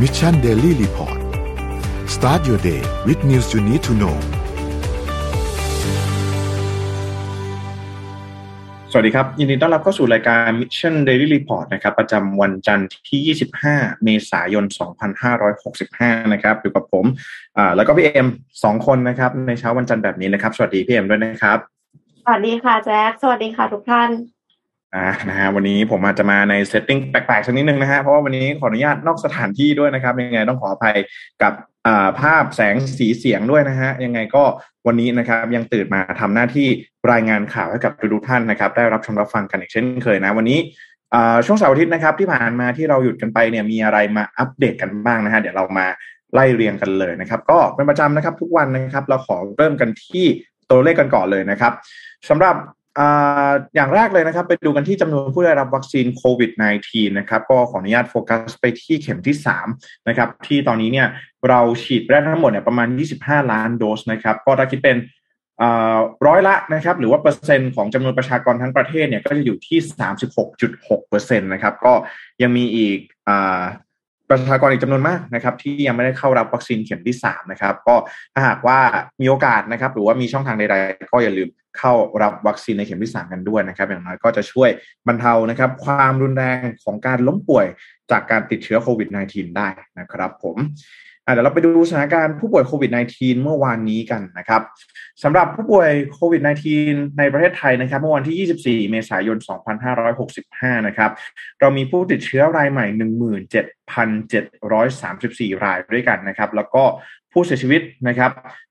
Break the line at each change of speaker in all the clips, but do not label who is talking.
Mission Daily Report Start your day with news you need to know
สวัสดีครับยินดีต้อนรับเข้าสู่รายการ Mission Daily Report นะครับประจำวันจันทร์ที่25เมษายน2565นะครับอยู่กับผมแล้วก็พี่เอ็ม2คนนะครับในเช้าวันจันทร์แบบนี้นะครับสวัสดีพี่เอ็มด้วยนะครับ
สวัสดีค่ะแจ็คสวัสดีค่ะทุกท่าน
นะฮะวันนี้ผมอาจจะมาในเซตติ้งแปลกๆสักนิดนึงนะฮะเพราะว่าวันนี้ขออนุญาตนอกสถานที่ด้วยนะครับยังไงต้องขออภัยกับภาพแสงสีเสียงด้วยนะฮะยังไงก็วันนี้นะครับยังตื่นมาทำหน้าที่รายงานข่าวให้กับทุกท่านนะครับได้รับชมรับฟังกันอีกเช่นเคยนะวันนี้ช่วงเสาร์อาทิตย์นะครับที่ผ่านมาที่เราหยุดกันไปเนี่ยมีอะไรมาอัปเดตกันบ้างนะฮะเดี๋ยวเรามาไล่เรียงกันเลยนะครับก็เป็นประจำนะครับทุกวันนะครับเราขอเริ่มกันที่ตัวเลขกันก่อนเลยนะครับสำหรับอย่างแรกเลยนะครับไปดูกันที่จำนวนผู้ได้รับวัคซีนโควิด -19 นะครับก็ขออนุญาตโฟกัสไปที่เข็มที่3นะครับที่ตอนนี้เนี่ยเราฉีดไปได้ทั้งหมดเนี่ยประมาณ25ล้านโดสนะครับก็ถ้าคิดเป็นร้อยละนะครับหรือว่าเปอร์เซ็นต์ของจำนวนประชากรทั้งประเทศเนี่ยก็จะอยู่ที่ 36.6% นะครับก็ยังมีอีกประชากรอีกจำนวนมากนะครับที่ยังไม่ได้เข้ารับวัคซีนเข็มที่3นะครับก็ถ้าหากว่ามีโอกาสนะครับหรือว่ามีช่องทางใดๆก็อย่าลืมเข้ารับวัคซีนในเข็มที่3กันด้วยนะครับอย่างน้อยก็จะช่วยบรรเทานะครับความรุนแรงของการล้มป่วยจากการติดเชื้อโควิด -19 ได้นะครับผมเดี๋ยวเราไปดูสถานการณ์ผู้ป่วยโควิด -19 เมื่อวานนี้กันนะครับสำหรับผู้ป่วยโควิด -19 ในประเทศไทยนะครับเมื่อวันที่24เมษายน2565นะครับเรามีผู้ติดเชื้อรายใหม่ 17,734 รายด้วยกันนะครับแล้วก็ผู้เสียชีวิตนะครับ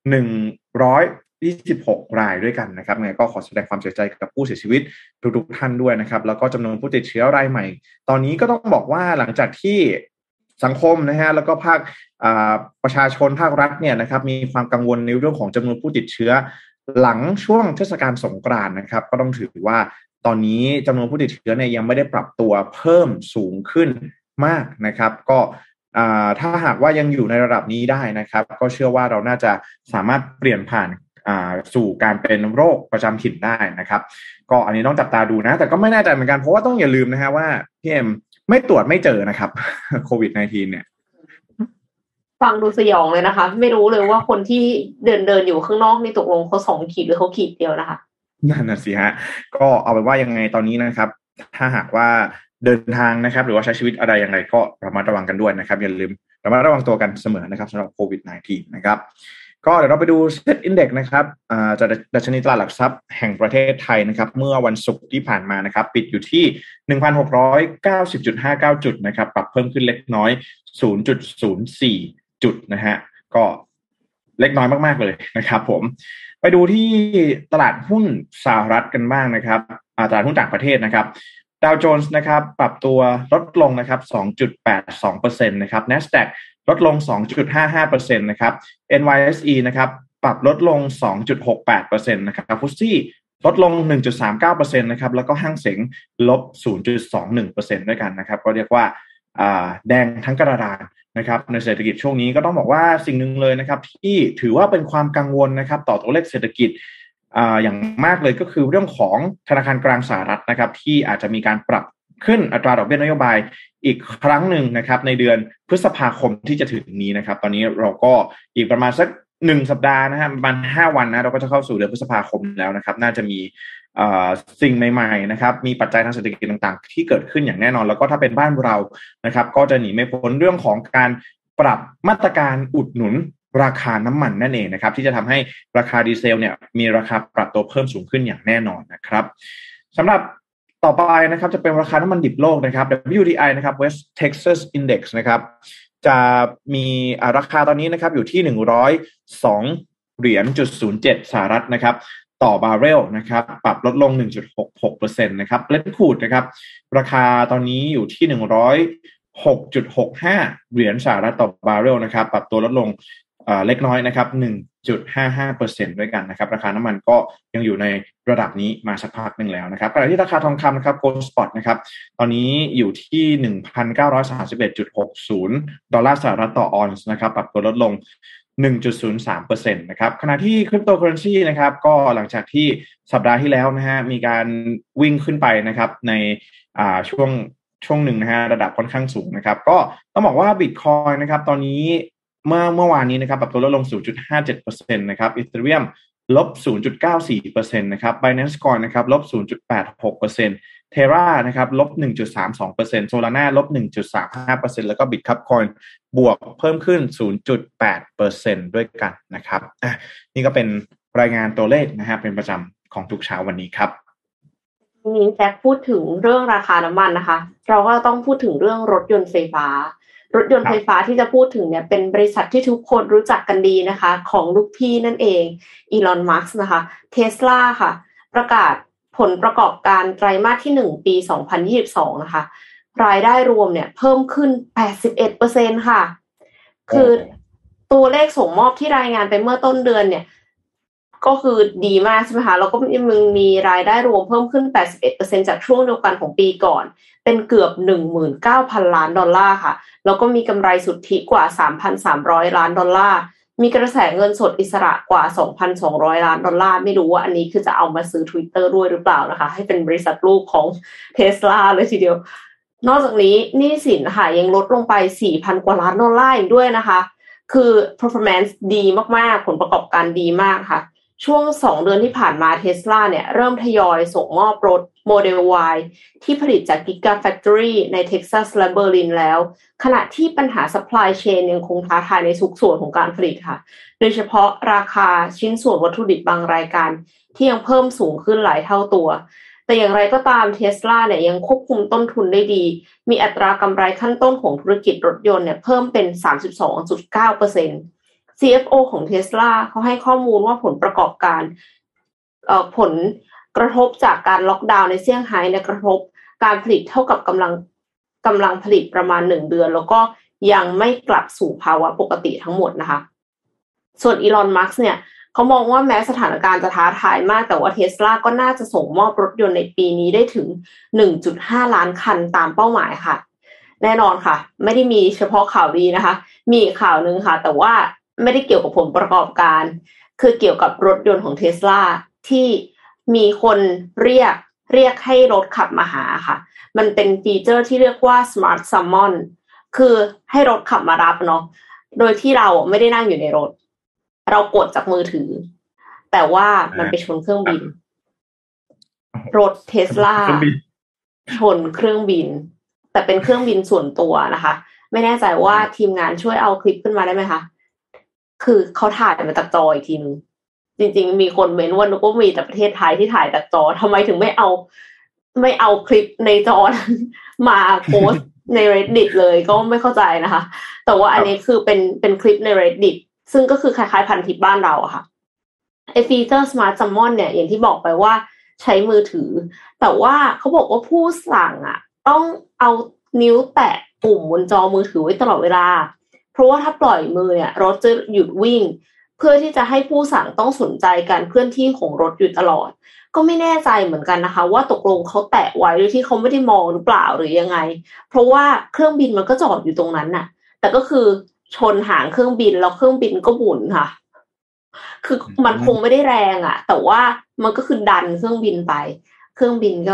126 รายด้วยกันนะครับงั้นก็ขอแสดงความเสียใจกับผู้เสียชีวิตทุกท่านด้วยนะครับแล้วก็จำนวนผู้ติดเชื้อรายใหม่ตอนนี้ก็ต้องบอกว่าหลังจากที่สังคมนะฮะแล้วก็ภาคประชาชนภาครัฐเนี่ยนะครับมีความกังวลในเรื่องของจำนวนผู้ติดเชื้อหลังช่วงเทศกาลสงกรานต์นะครับก็ต้องถือว่าตอนนี้จำนวนผู้ติดเชื้อเนี่ยยังไม่ได้ปรับตัวเพิ่มสูงขึ้นมากนะครับก็ถ้าหากว่ายังอยู่ในระดับนี้ได้นะครับก็เชื่อว่าเราน่าจะสามารถเปลี่ยนผ่านสู่การเป็นโรคประจำถิ่นได้นะครับก็อันนี้ต้องจับตาดูนะแต่ก็ไม่แน่ใจเหมือนกันเพราะว่าต้องอย่าลืมนะฮะว่าพี่เอ็มไม่ตรวจไม่เจอนะครับโควิด -19 เนี่ย
ฟังดูสยองเลยนะคะไม่รู้เลยว่าคนที่เดินอยู่ข้างนอกนี่ตกลงเขา2 ขีดหรือเขาขีดเดียวนะคะ
นั่นน่ะสิฮะก็เอาเป็นว่ายังไงตอนนี้นะครับถ้าหากว่าเดินทางนะครับหรือว่าใช้ชีวิตอะไรยังไงก็ระมัดระวังกันด้วยนะครับอย่าลืมระมัดระวังตัวกันเสมอนะครับสำหรับโควิด -19 นะครับก็เดี๋ยวเราไปดู Set Index นะครับจากดัชนีตลาดหลักทรัพย์แห่งประเทศไทยนะครับเมื่อวันศุกร์ที่ผ่านมานะครับปิดอยู่ที่ 1,690.59 จุดนะครับปรับเพิ่มขึ้นเล็กน้อย 0.04 จุดนะฮะก็เล็กน้อยมากๆเลยนะครับผมไปดูที่ตลาดหุ้นสหรัฐกันบ้างนะครับตลาดหุ้นต่างประเทศนะครับดาวโจนส์นะครับปรับตัวลดลงนะครับ 2.82% นะครับ NASDAQ ลดลง 2.55% นะครับ NYSE นะครับปรับลดลง 2.68% นะครับ FTSE ลดลง 1.39% นะครับแล้วก็ห้างเส็งลบ 0.21% ด้วยกันนะครับก็เรียกว่าแดงทั้งกระดานนะครับในเศรษฐกิจช่วงนี้ก็ต้องบอกว่าสิ่งหนึ่งเลยนะครับที่ถือว่าเป็นความกังวลนะครับต่อตัวเลขเศรษฐกิจอย่างมากเลยก็คือเรื่องของธนาคารกลางสหรัฐนะครับที่อาจจะมีการปรับขึ้นอัตราดอกเบี้ยนโยบายอีกครั้งหนึ่งนะครับในเดือนพฤษภาคมที่จะถึงนี้นะครับตอนนี้เราก็อีกประมาณสัก1สัปดาห์นะฮะประมาณ5วันนะเราก็จะเข้าสู่เดือนพฤษภาคมแล้วนะครับน่าจะมีสิ่งใหม่ๆนะครับมีปัจจัยทางเศรษฐกิจต่างๆที่เกิดขึ้นอย่างแน่นอนแล้วก็ถ้าเป็นบ้านเรานะครับก็จะหนีไม่พ้นเรื่องของการปรับมาตรการอุดหนุนราคาน้ำมันนั่นเองนะครับที่จะทำให้ราคาดีเซลเนี่ยมีราคาปรับตัวเพิ่มสูงขึ้นอย่างแน่นอนนะครับสำหรับต่อไปนะครับจะเป็นราคาน้ำมันดิบโลกนะครับ WTI นะครับ West Texas Index นะครับจะมีราคาตอนนี้นะครับอยู่ที่102.07 สหรัฐนะครับต่อบาร์เรลนะครับปรับลดลง 1.66% นะครับ Brent crude นะครับราคาตอนนี้อยู่ที่106.65 เหรียญสหรัฐต่อบาร์เรลนะครับปรับตัวลดลงเล็กน้อยนะครับ 1.55% ด้วยกันนะครับราคาน้ำมันก็ยังอยู่ในระดับนี้มาสักพักนึงแล้วนะครับขณะที่ราคาทองคำนะครับ Gold Spot นะครับตอนนี้อยู่ที่ 1,931.60 ดอลลาร์สหรัฐต่อออนซ์นะครับปรับตัวลดลง 1.03% นะครับขณะที่คริปโตเคอเรนซีนะครับก็หลังจากที่สัปดาห์ที่แล้วนะฮะมีการวิ่งขึ้นไปนะครับในช่วงช่วงหนึ่งนะฮะระดับค่อนข้างสูงนะครับก็ต้องบอกว่า Bitcoin นะครับตอนนี้เมื่อวานนี้นะครับปรับตัวลดลง 0.57% นะครับ Ethereum ลบ 0.94% นะครับ Binance Coin นะครับลบ 0.86% Terra นะครับลบ 1.32% Solana ลบ 1.35% แล้วก็ Bitcup Coin บวกเพิ่มขึ้น 0.8% ด้วยกันนะครับนี่ก็เป็นรายงานตัวเลขนะฮะเป็นประจำของทุกเช้าวันนี้ครับ
นี้แจ็คพูดถึงเรื่องราคาน้ำมันนะคะเราก็ต้องพูดถึงเรื่องรถยนต์ไฟฟ้ารถยนต์ไฟฟ้าที่จะพูดถึงเนี่ยเป็นบริษัทที่ทุกคนรู้จักกันดีนะคะของลูกพี่นั่นเองอีลอนมัสก์นะคะ Tesla ค่ะประกาศผลประกอบการไตรมาสที่1ปี2022นะคะรายได้รวมเนี่ยเพิ่มขึ้น 81% ค่ะคือตัวเลขส่งมอบที่รายงานไปเมื่อต้นเดือนเนี่ยก็คือดีมากใช่ไหมคะแล้วก็มีรายได้รวมเพิ่มขึ้น 81% จากช่วงเดียวกันของปีก่อนเป็นเกือบ 19,000 ล้านดอลลาร์ค่ะแล้วก็มีกำไรสุทธิกว่า 3,300 ล้านดอลลาร์มีกระแสเงินสดอิสระกว่า 2,200 ล้านดอลลาร์ไม่รู้ว่าอันนี้คือจะเอามาซื้อ Twitter ด้วยหรือเปล่านะคะให้เป็นบริษัทลูกของ Tesla เลยทีเดียวนอกจากนี้หนี้สินค่ะยังลดลงไป 4,000 กว่าล้านดอลลาร์อีกด้วยนะคะคือ performance ดีมากๆผลประกอบการดีมากค่ะช่วง2เดือนที่ผ่านมา Tesla เนี่ยเริ่มทยอยส่งมอบรถ Model Y ที่ผลิตจาก Gigafactory ในเท็กซัสและเบอร์ลินแล้วขณะที่ปัญหา supply chain ยังคงท้าทายในทุกส่วนของการผลิตค่ะโดยเฉพาะราคาชิ้นส่วนวัตถุดิบบางรายการที่ยังเพิ่มสูงขึ้นหลายเท่าตัวแต่อย่างไรก็ตาม Tesla เนี่ยยังควบคุมต้นทุนได้ดีมีอัตรากำไรขั้นต้นของธุรกิจรถยนต์เนี่ยเพิ่มเป็น 32.9%CFO ของ Tesla เขาให้ข้อมูลว่าผลประกอบการผลกระทบจากการล็อกดาวน์ในเซี่ยงไฮ้เนี่ยกระทบการผลิตเท่ากับกำลังผลิตประมาณ1เดือนแล้วก็ยังไม่กลับสู่ภาวะปกติทั้งหมดนะคะส่วนอีลอนมัสก์เนี่ยเขามองว่าแม้สถานการณ์จะท้าทายมากแต่ว่า Tesla ก็น่าจะส่งมอบรถยนต์ในปีนี้ได้ถึง 1.5 ล้านคันตามเป้าหมายค่ะแน่นอนค่ะไม่ได้มีเฉพาะข่าวดีนะคะมีข่าวนึงค่ะแต่ว่าไม่ได้เกี่ยวกับผลประกอบการคือเกี่ยวกับรถยนต์ของ Tesla ที่มีคนเรียกให้รถขับมาหาค่ะมันเป็นฟีเจอร์ที่เรียกว่า Smart Summon คือให้รถขับมารับเนาะโดยที่เราไม่ได้นั่งอยู่ในรถเรากดจากมือถือแต่ว่ามันไปชนเครื่องบินรถ Tesla ชนเครื่องบินแต่เป็นเครื่องบินส่วนตัวนะคะไม่แน่ใจว่าทีมงานช่วยเอาคลิปขึ้นมาได้ไหมคะคือเขาถ่ายมาจากจออีกทีนึงจริงๆมีคนเม้นว่านึกว่ามีแต่ประเทศไทยที่ถ่ายจากจอทำไมถึงไม่เอาคลิปในจอมาโพสใน Reddit เลยก็ไม่เข้าใจนะคะแต่ว่าอันนี้คือเป็นคลิปใน Reddit ซึ่งก็คือคล้ายๆพันทิปบ้านเราอะค่ะไอฟีเจอร์ Smart Summon เนี่ยอย่างที่บอกไปว่าใช้มือถือแต่ว่าเขาบอกว่าผู้สั่งอะต้องเอานิ้วแตะปุ่มบนจอมือถือไว้ตลอดเวลาเพราะว่าถ้าปล่อยมือเนี่ยรถจะหยุดวิ่งเพื่อที่จะให้ผู้สั่งต้องสนใจการเคลื่อนที่ของรถอยู่ตลอดก็ไม่แน่ใจเหมือนกันนะคะว่าตกลงเขาแตะไว้โดยที่เขาไม่ได้มองหรือเปล่าหรือยังไงเพราะว่าเครื่องบินมันก็จอดอยู่ตรงนั้นน่ะแต่ก็คือชนหางเครื่องบินแล้วเครื่องบินก็หมุนค่ะคือมันคงไม่ได้แรงอ่ะแต่ว่ามันก็คือดันเครื่องบินไปเครื่องบินก็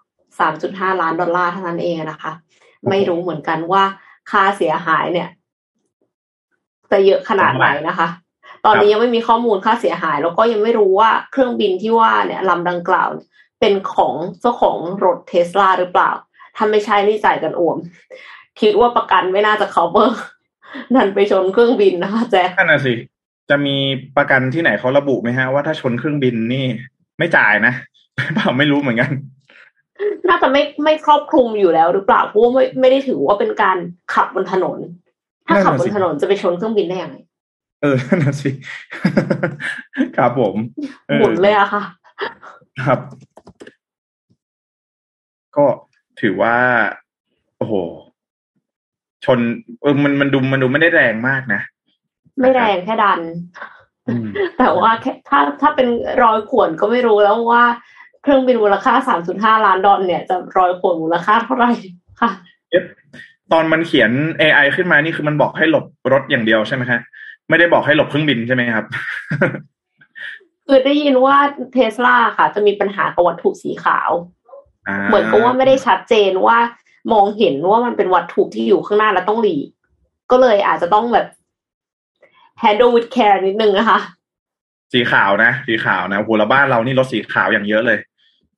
3.5 ล้านดอลลาร์เท่านั้นเองนะคะไม่รู้เหมือนกันว่าค่าเสียหายเนี่ยจะเยอะขนาดไหนนะคะตอนนี้ยังไม่มีข้อมูลค่าเสียหายแล้วก็ยังไม่รู้ว่าเครื่องบินที่ว่าเนี่ยลำดังกล่าวเป็นของเจ้าของรถ Tesla หรือเปล่าถ้าไม่ใช่นี่จ่ายกันอ่วมคิดว่าประกันไม่น่าจะ cover นั่นไปชนเครื่องบินนะคะแจ๊ค
นั่นน่ะสิจะมีประกันที่ไหนเขาระบุไหมฮะว่าถ้าชนเครื่องบินนี่ไม่จ่ายนะเปล่าไม่รู้เหมือนกัน
น่าจะไม่ครอบคลุมอยู่แล้วหรือเปล่าเพราะว่าไม่ได้ถือว่าเป็นการขับบนถนนถ้าขับบนถนนจะไปชนเครื่องบินได้ยังไง
นั่นน่ะสิครับผม
หมุนเลยอะค่ะ
ครับก็ถือว่าโอ้โหชนมันดูไม่ได้แรงมากนะ
ไม่แรงแค่ดันแต่ว่าถ้าเป็นรอยข่วนก็ไม่รู้แล้วว่าเครื่องบินมูลค่า 3.5 ล้านดอลเนี่ยจะรอยข่วนมูลค่าเท่าไหร่ค่ะ
ตอนมันเขียน AI ขึ้นมานี่คือมันบอกให้หลบรถอย่างเดียวใช่ไหมคะไม่ได้บอกให้หลบเครื่องบินใช่ไหมครับ
คือได้ยินว่า Tesla ค่ะจะมีปัญหากับวัตถุสีขาวเหมือนกับว่าไม่ได้ชัดเจนว่ามองเห็นว่ามันเป็นวัตถุที่อยู่ข้างหน้าแล้วต้องหลีกก็เลยอาจจะต้องแบบ handle with care นิดนึงนะคะ
สีขาวนะโหแล้วบ้านเรานี่รถสีขาวอย่างเยอะเลย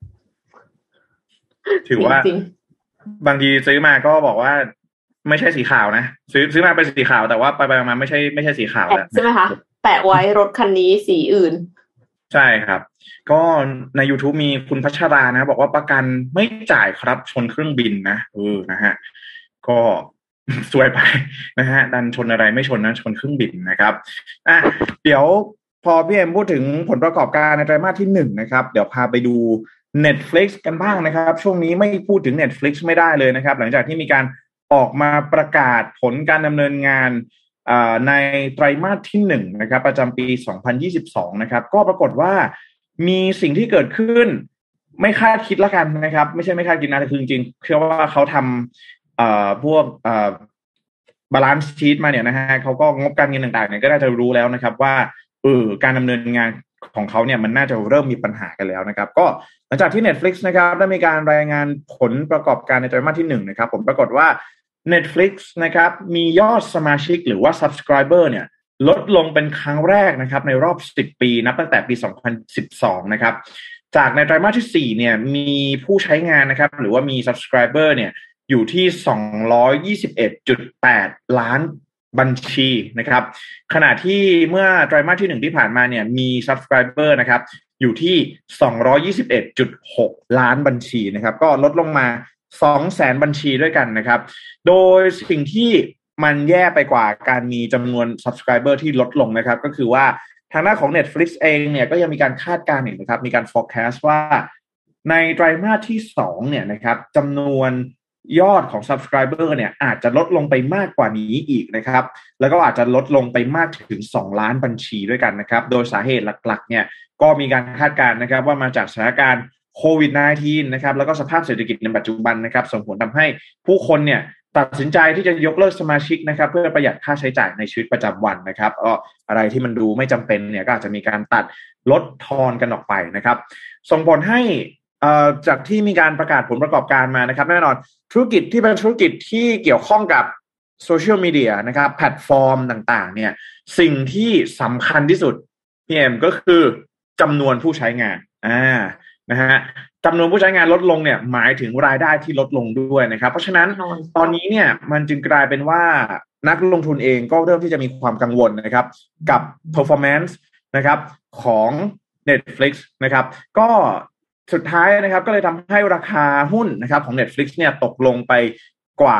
ถือว่าบางทีซื้อมาก็บอกว่าไม่ใช่สีขาวนะซื้อมาเป็นสีขาวแต่ว่าไปมาไม่ใช่สีขาวแล้ว
ใช่ไหมคะแปะไว้รถคันนี้สีอื่น
ใช่ครับก็ใน YouTube มีคุณพัชรานะบอกว่าประกันไม่จ่ายครับชนเครื่องบินนะนะฮะก็สวยไปนะฮะดันชนอะไรไม่ชนนะชนเครื่องบินนะครับเดี๋ยวพอพี่เอ็มพูดถึงผลประกอบการในไตรมาสที่1นะครับเดี๋ยวพาไปดู Netflix กันบ้างนะครับช่วงนี้ไม่พูดถึง Netflix ไม่ได้เลยนะครับหลังจากที่มีการออกมาประกาศผลการดำเนินงานในไตรมาสที่1นะครับประจำปี2022นะครับก็ปรากฏว่ามีสิ่งที่เกิดขึ้นไม่คาดคิดละกันนะครับไม่ใช่ไม่คาดคิดนะแต่คือจริงๆเชื่อว่าเขาทำพวกbalance sheet มาเนี่ยนะฮะเขาก็งบการเงินต่างๆเนี่ยก็น่าจะรู้แล้วนะครับว่าการดำเนินงานของเขาเนี่ยมันน่าจะเริ่มมีปัญหากันแล้วนะครับก็หลังจากที่ Netflix นะครับได้มีการรายงานผลประกอบการในไตรมาสที่1นะครับผมปรากฏว่า Netflix นะครับมียอดสมาชิกหรือว่า subscriber เนี่ยลดลงเป็นครั้งแรกนะครับในรอบ10ปีนับตั้งแต่ปี2012นะครับจากในไตรมาสที่4เนี่ยมีผู้ใช้งานนะครับหรือว่ามี subscriber เนี่ยอยู่ที่ 221.8 ล้านบัญชีนะครับขณะที่เมื่อไตรมาสที่1ที่ผ่านมาเนี่ยมี subscriber นะครับอยู่ที่ 221.6 ล้านบัญชีนะครับก็ลดลงมา 200,000 บัญชีด้วยกันนะครับโดยสิ่งที่มันแย่ไปกว่าการมีจำนวน subscriber ที่ลดลงนะครับก็คือว่าทางด้านของ Netflix เองเนี่ยก็ยังมีการคาดการณ์อีกนะครับมีการ forecast ว่าในไตรมาสที่2เนี่ยนะครับจำนวนยอดของ subscriber เนี่ยอาจจะลดลงไปมากกว่านี้อีกนะครับแล้วก็อาจจะลดลงไปมากถึง2ล้านบัญชีด้วยกันนะครับโดยสาเหตุหลักๆเนี่ยก็มีการคาดการณ์นะครับว่ามาจากสถานการณ์โควิด -19 นะครับแล้วก็สภาพเศรษฐกิจในปัจจุบันนะครับส่งผลทำให้ผู้คนเนี่ยตัดสินใจที่จะยกเลิกสมาชิกนะครับเพื่อประหยัดค่าใช้จ่ายในชีวิตประจำวันนะครับอะไรที่มันดูไม่จำเป็นเนี่ยก็อาจจะมีการตัดลดทอนกันออกไปนะครับส่งผลให้จากที่มีการประกาศผลประกอบการมานะครับแน่นอนธุรกิจที่เป็นธุรกิจที่เกี่ยวข้องกับโซเชียลมีเดียนะครับแพลตฟอร์มต่างๆเนี่ยสิ่งที่สำคัญที่สุดพี่เอ็มก็คือจำนวนผู้ใช้งานนะฮะจำนวนผู้ใช้งานลดลงเนี่ยหมายถึงรายได้ที่ลดลงด้วยนะครับเพราะฉะนั้นตอนนี้เนี่ยมันจึงกลายเป็นว่านักลงทุนเองก็เริ่มที่จะมีความกังวลนะครับกับ performance นะครับของ Netflix นะครับก็สุดท้ายนะครับก็เลยทำให้ราคาหุ้นนะครับของ Netflix เนี่ยตกลงไปกว่า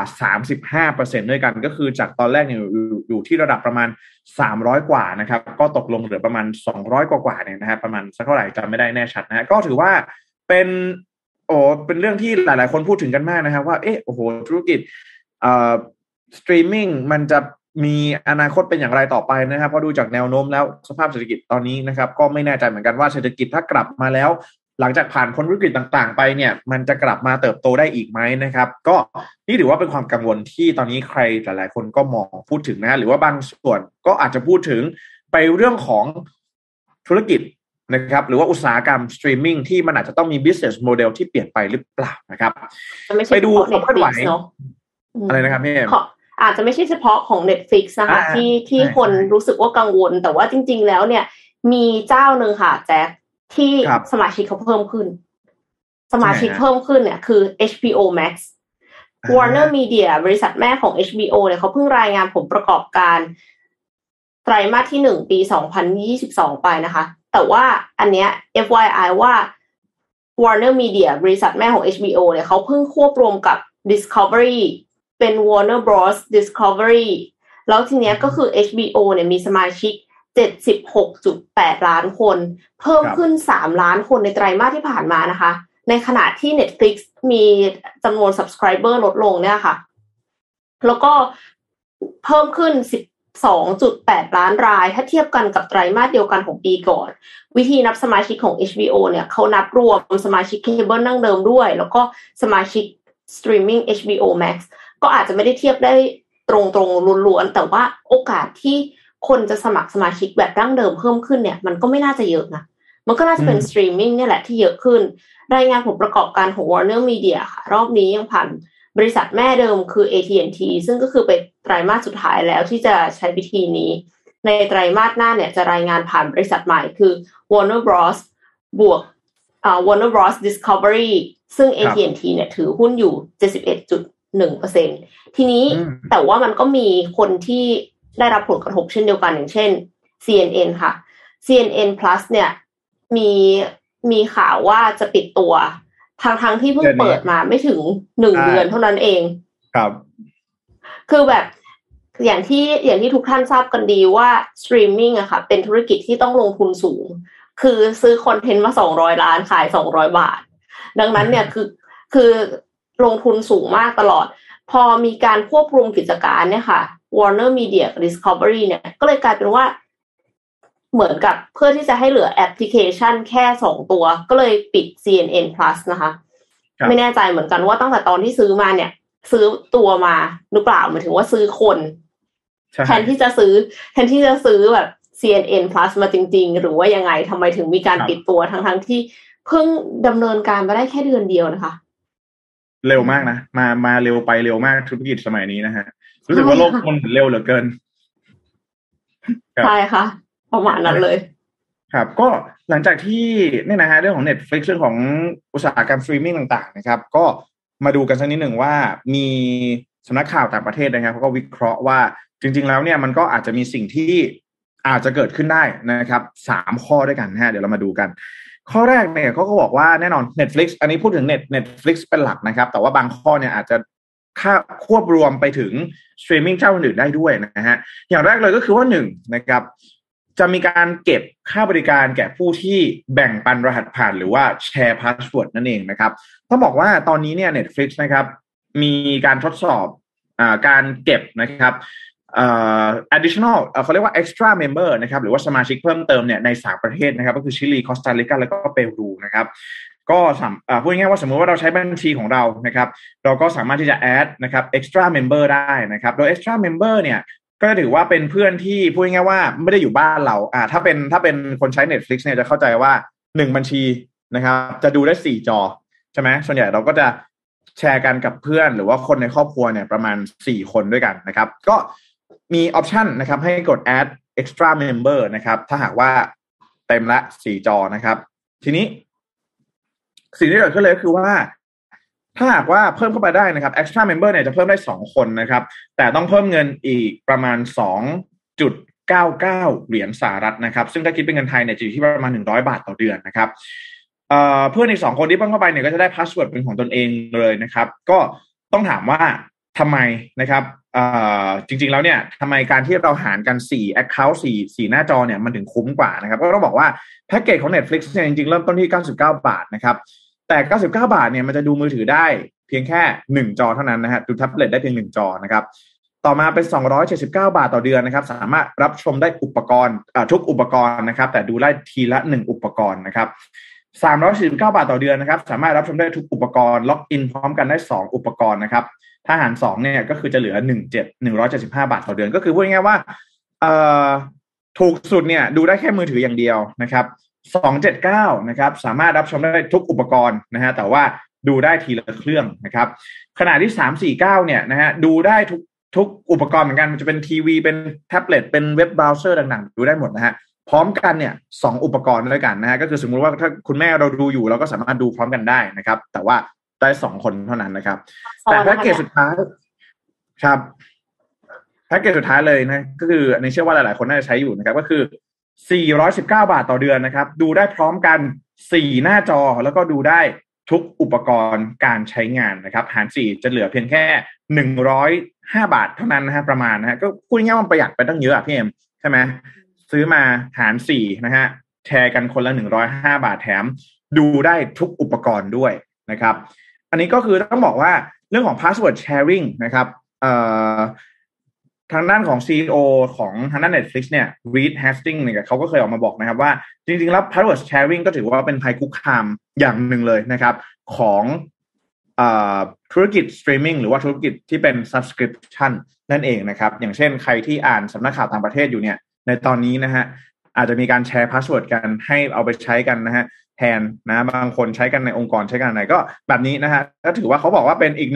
35% ด้วยกันก็คือจากตอนแรกเนี่ยอยู่ที่ระดับประมาณ300กว่านะครับก็ตกลงเหลือประมาณ200กว่าเนี่ยนะฮะประมาณสักเท่าไหร่จำไม่ได้แน่ชัดนะฮะก็ถือว่าเป็นเรื่องที่หลายๆคนพูดถึงกันมากนะครับว่าธุรกิจสตรีมมิ่งมันจะมีอนาคตเป็นอย่างไรต่อไปนะครับเพราะดูจากแนวโน้มแล้วสภาพเศรษฐกิจตอนนี้นะครับก็ไม่แน่ใจเหมือนกันว่าเศรษฐกิจถ้ากลับมาแล้วหลังจากผ่านพ้นวิกฤตต่างๆไปเนี่ยมันจะกลับมาเติบโตได้อีกไหมนะครับก็นี่ถือว่าเป็นความกังวลที่ตอนนี้ใครหลายๆคนก็มองพูดถึงนะหรือว่าบางส่วนก็อาจจะพูดถึงไปเรื่องของธุรกิจนะครับหรือว่าอุตสาหกรรมสตรีมมิ่งที่มันอาจจะต้องมี business model ที่เปลี่ยนไปหรือเปล่านะครับไปดูความเคลื่อนไหวอะไรนะครับพี่
อาจจะไม่ใช่เฉพาะของ Netflix นะคะที่คนรู้สึกว่ากังวลแต่ว่าจริงๆแล้วเนี่ยมีเจ้านึงค่ะแจ็คที่สมาชิกเขาเพิ่มขึ้นสมาชิกเพิ่มขึ้นเนี่ยคือ HBO Max Warner Media บริษัทแม่ของ HBO เนี่ยเขาเพิ่งรายงานผลประกอบการไตรมาสที่1ปี2022ไปนะคะแต่ว่าอันเนี้ย FYI ว่า Warner Media บริษัทแม่ของ HBO เนี่ยเขาเพิ่งควบรวมกับ Discovery เป็น Warner Bros Discovery แล้วทีเนี้ยก็คือ HBO เนี่ยมีสมาชิก76.8 ล้านคนเพิ่มขึ้น3ล้านคนในไตรมาสที่ผ่านมานะคะในขณะที่ Netflix มีจำนวน subscriber ลดลงเนี่ยค่ะแล้วก็เพิ่มขึ้น 12.8 ล้านรายถ้าเทียบกันกับไตรมาสเดียวกันของปีก่อนวิธีนับสมาชิกของ HBO เนี่ยเขานับรวมสมาชิกเคเบิลดั้งเดิมด้วยแล้วก็สมาชิกสตรีมมิ่ง HBO Max ก็อาจจะไม่ได้เทียบได้ตรงๆล้วนๆแต่ว่าโอกาสที่คนจะสมัครสมาชิกแบบดั้งเดิมเพิ่มขึ้นเนี่ยมันก็ไม่น่าจะเยอะนะมันก็น่าจะเป็นสตรีมมิ่งเนี่ยแหละที่เยอะขึ้นรายงานผลประกอบการของ Warner Media ค่ะรอบนี้ยังผ่านบริษัทแม่เดิมคือ AT&T ซึ่งก็คือเป็นไตรมาสสุดท้ายแล้วที่จะใช้วิธีนี้ในไตรมาสหน้าเนี่ยจะรายงานผ่านบริษัทใหม่คือ Warner Bros บวกWarner Bros Discovery ซึ่ง AT&T เนี่ยถือหุ้นอยู่ 71.1% ทีนี้แต่ว่ามันก็มีคนที่ได้รับผลกระทบเช่นเดียวกันอย่างเช่น CNN ค่ะ CNN Plus เนี่ยมีข่าวว่าจะปิดตัวทั้งที่เพิ่งเปิดมาไม่ถึง1เดือนเท่านั้นเอง
ครับ
คือแบบอย่างที่ทุกท่านทราบกันดีว่าสตรีมมิ่งอะค่ะเป็นธุรกิจที่ต้องลงทุนสูงคือซื้อคอนเทนต์มา200ล้านขาย200บาทดังนั้นเนี่ยคือลงทุนสูงมากตลอดพอมีการควบรวมกิจการเนี่ยค่ะ Warner Media กับ Discovery เนี่ยก็เลยกลายเป็นว่าเหมือนกับเพื่อที่จะให้เหลือแอปพลิเคชันแค่2ตัวก็เลยปิด CNN Plus นะคะไม่แน่ใจเหมือนกันว่าตั้งแต่ตอนที่ซื้อมาเนี่ยซื้อตัวมาหรือเปล่าหมายถึงว่าซื้อคนแทนที่จะซื้อแบบ CNN Plus มาจริงๆหรือว่ายังไงทำไมถึงมีการปิดตัวทั้งที่เพิ่งดำเนินการมาได้แค่เดือนเดียวนะคะ
เร็วมากนะมาเร็วไปเร็วมากธุรกิจสมัยนี้นะฮะรู้สึกว่าโลกมันเร็วเหลือเกิน
ใช่ค่ะประมาณนั้นเลย
ครับก็หลังจากที่เนี่ยนะฮะเรื่องของ Netflix เรื่องของอุตสาหกรรมสตรีมมิ่งต่างๆนะครับก็มาดูกันสักนิดหนึ่งว่ามีสำนักข่าวต่างประเทศนะครับเขาก็วิเคราะห์ว่าจริงๆแล้วเนี่ยมันก็อาจจะมีสิ่งที่อาจจะเกิดขึ้นได้นะครับ3ข้อด้วยกันนะฮะเดี๋ยวเรามาดูกันข้อแรกเนี่ยเขาก็บอกว่าแน่นอน Netflix อันนี้พูดถึง Netflix เป็นหลักนะครับแต่ว่าบางข้อเนี่ยอาจจะควบรวมไปถึงสตรีมมิ่งเจ้าอื่นได้ด้วยนะฮะอย่างแรกเลยก็คือว่า1นะครับจะมีการเก็บค่าบริการแก่ผู้ที่แบ่งปันรหัสผ่านหรือว่าแชร์พาสเวิร์ดนั่นเองนะครับต้องบอกว่าตอนนี้เนี่ย Netflix นะครับมีการทดสอบการเก็บนะครับadditional เขาเรียกว่า extra member นะครับหรือว่าสมาชิกเพิ่มเติมเนี่ยใน3ประเทศนะครับก็คือชิลีคอสตาริกาแล้วก็เปรูนะครับก็พูดง่ายๆว่าสมมุติว่าเราใช้บัญชีของเรานะครับเราก็สามารถที่จะ add นะครับ extra member ได้นะครับโดย extra member เนี่ยก็ถือว่าเป็นเพื่อนที่พูดง่ายๆว่าไม่ได้อยู่บ้านเราถ้าเป็นคนใช้ Netflix เนี่ยจะเข้าใจว่า1บัญชีนะครับจะดูได้4จอใช่ไหมส่วนใหญ่เราก็จะแชร์กันกับเพื่อนหรือว่าคนในครอบครัวเนี่ยประมาณ4คนด้วยกันนะครับก็มีออปชันนะครับให้กด add extra member นะครับถ้าหากว่าเต็มละ4จอนะครับทีนี้สิ่งที่เกิดขึ้นเลยคือว่าถ้าหากว่าเพิ่มเข้าไปได้นะครับ extra member เนี่ยจะเพิ่มได้2คนนะครับแต่ต้องเพิ่มเงินอีกประมาณ 2.99 เหรียญสหรัฐนะครับซึ่งถ้าคิดเป็นเงินไทยเนี่ยจะอยู่ที่ประมาณ100 บาทต่อเดือนนะครับเพื่อนอีก2คนที่เพิ่มเข้าไปเนี่ยก็จะได้พาสเวิร์ดเป็นของตนเองเลยนะครับก็ต้องถามว่าทำไมนะครับจริงๆแล้วเนี่ยทำไมการที่เราหารกัน4 account 4หน้าจอเนี่ยมันถึงคุ้มกว่านะครับก็ต้องบอกว่าแพ็กเกจของ Netflix เนี่ยจริงๆเริ่มต้นที่99 บาทนะครับแต่99 บาทเนี่ยมันจะดูมือถือได้เพียงแค่1จอเท่านั้นนะฮะดูแท็บเล็ตได้เพียง1จอนะครับต่อมาเป็น279 บาทต่อเดือนนะครับสามารถรับชมได้อุปกรณ์ทุกอุปกรณ์นะครับแต่ดูได้ทีละ1อุปกรณ์นะครับ349 บาทต่อเดือนนะครับสามารถรับชมได้ทุกอุปกรณ์ล็อกอินพร้อมกันได้2อุปกรณ์นะครับถ้าหาร2เนี่ยก็คือจะเหลือ175 บาทต่อเดือนก็คือพูดง่ายๆว่าถูกสุดเนี่ยดูได้แค่มือถืออย่างเดียวนะครับ279นะครับสามารถรับชมได้ทุกอุปกรณ์นะฮะแต่ว่าดูได้ทีละเครื่องนะครับขณะที่349เนี่ยนะฮะดูได้ทุกอุปกรณ์เหมือนกันมันจะเป็นทีวีเป็นแท็บเล็ตเป็นเว็บเบราว์เซอร์ต่างๆดูได้หมดนะฮะพร้อมกันเนี่ย2อุปกรณ์ด้วยกันนะฮะก็คือสมมุติว่าถ้าคุณแม่เราดูอยู่เราก็สามารถดูพร้อมกันได้นะครับแต่ว่าได้2คนเท่านั้นนะครับแต่แพ็กเกจสุดท้ายครับแพ็กเกจสุดท้ายเลยนะก็คืออันนี้เชื่อว่าหลายๆคนน่าจะใช้อยู่นะครับก็คือ419 บาทต่อเดือนนะครับดูได้พร้อมกัน4หน้าจอแล้วก็ดูได้ทุกอุปกรณ์การใช้งานนะครับหาร4จะเหลือเพียงแค่105 บาทเท่านั้นนะฮะประมาณนะฮะก็พูดง่ายๆว่าประหยัดไปตั้งเยอะพี่เอ็มใช่ไหมซื้อมาหาร4นะฮะแชร์กันคนละ105 บาทแถมดูได้ทุกอุปกรณ์ด้วยนะครับอันนี้ก็คือต้องบอกว่าเรื่องของ password sharing นะครับทางด้านของ CEO ของทางด้าน Netflix เนี่ย Reed Hastings เนี่ยเขาก็เคยออกมาบอกนะครับว่าจริงๆแล้ว password sharing ก็ถือว่าเป็นภัยคุกคามอย่างหนึ่งเลยนะครับของธุรกิจ streaming หรือว่าธุรกิจที่เป็น subscription นั่นเองนะครับอย่างเช่นใครที่อ่านสำนักข่าวต่างประเทศอยู่เนี่ยในตอนนี้นะฮะอาจจะมีการแชร์พาสเวิร์ดกันให้เอาไปใช้กันนะฮะแทนนะบางคนใช้กันในองค์กรใช้กันไหนก็แบบนี้นะฮะก็ถือว่าเขาบอกว่าเป็นอีกหนึ่ง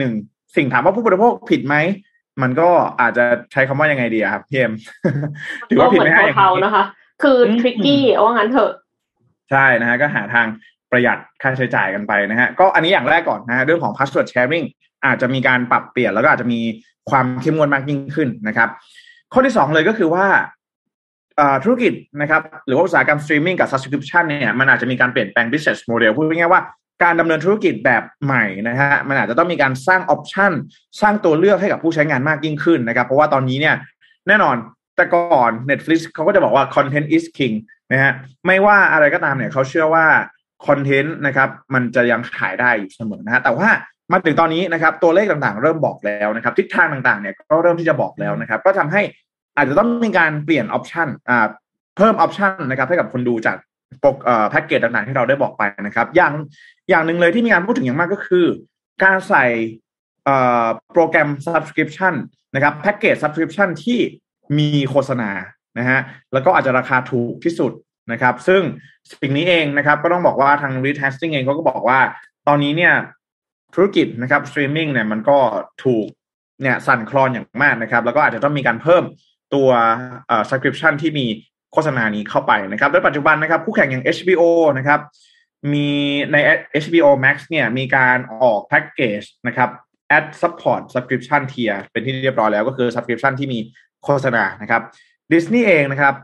สิ่งถามว่าผู้บริโภคผิดไหมมันก็อาจจะใช้คำว่ายังไงดีครับพี่เอ็ม ถือว่าผิดไหม
เท่าๆนะคะคือทริกกี้ว่างั้นเถอะ
ใช่นะฮะก็หาทางประหยัดค่าใช้จ่ายกันไปนะฮะก็อันนี้อย่างแรกก่อนนะฮะเรื่องของ password sharing อาจจะมีการปรับเปลี่ยนแล้วก็อาจจะมีความเข้มงวดมากยิ่งขึ้นนะครับข้อที่2เลยก็คือว่าธุรกิจนะครับหรือว่าอุตสาหกรรม streaming กับ subscription เนี่ยมันอาจจะมีการเปลี่ยนแปลง business model พูดง่ายๆว่าการดำเนินธุรกิจแบบใหม่นะฮะมันอาจจะต้องมีการสร้าง option สร้างตัวเลือกให้กับผู้ใช้งานมากยิ่งขึ้นนะครับเพราะว่าตอนนี้เนี่ยแน่นอนแต่ก่อน Netflix เขาก็จะบอกว่า content is king นะฮะไม่ว่าอะไรก็ตามเนี่ยเขาเชื่อว่าคอนเทนต์นะครับมันจะยังขายได้อยู่เสมอนะฮะแต่ว่ามาถึงตอนนี้นะครับตัวเลขต่างๆเริ่มบอกแล้วนะครับทิศทางต่างๆเนี่ยก็เริ่มที่จะบอกแล้วนะครับก็ทำให้อาจจะต้องมีการเปลี่ยนออปชันเพิ่มออปชันนะครับให้กับคนดูจากแพ็กเกจต่างๆที่เราได้บอกไปนะครับอย่างหนึ่งเลยที่มีการพูดถึงอย่างมากก็คือการใส่โปรแกรม subscription นะครับแพ็กเกจ subscription ที่มีโฆษณานะฮะแล้วก็อาจจะราคาถูกที่สุดนะครับซึ่งสิ่งนี้เองนะครับก็ต้องบอกว่าทาง Reed Hastings เองเขาก็บอกว่าตอนนี้เนี่ยธุรกิจนะครับสตรีมมิ่งเนี่ยมันก็ถูกเนี่ยสั่นคลอนอย่างมากนะครับแล้วก็อาจจะต้องมีการเพิ่มตัวsubscription ที่มีโฆษณานี้เข้าไปนะครับโดยปัจจุบันนะครับคู่แข่งอย่าง HBO นะครับมีใน HBO Max เนี่ยมีการออกแพ็กเกจนะครับ Ad Support Subscription Tier เป็นที่เรียบร้อยแล้วก็คือ Subscription ที่มีโฆษณานะครับ Disney เองนะครับ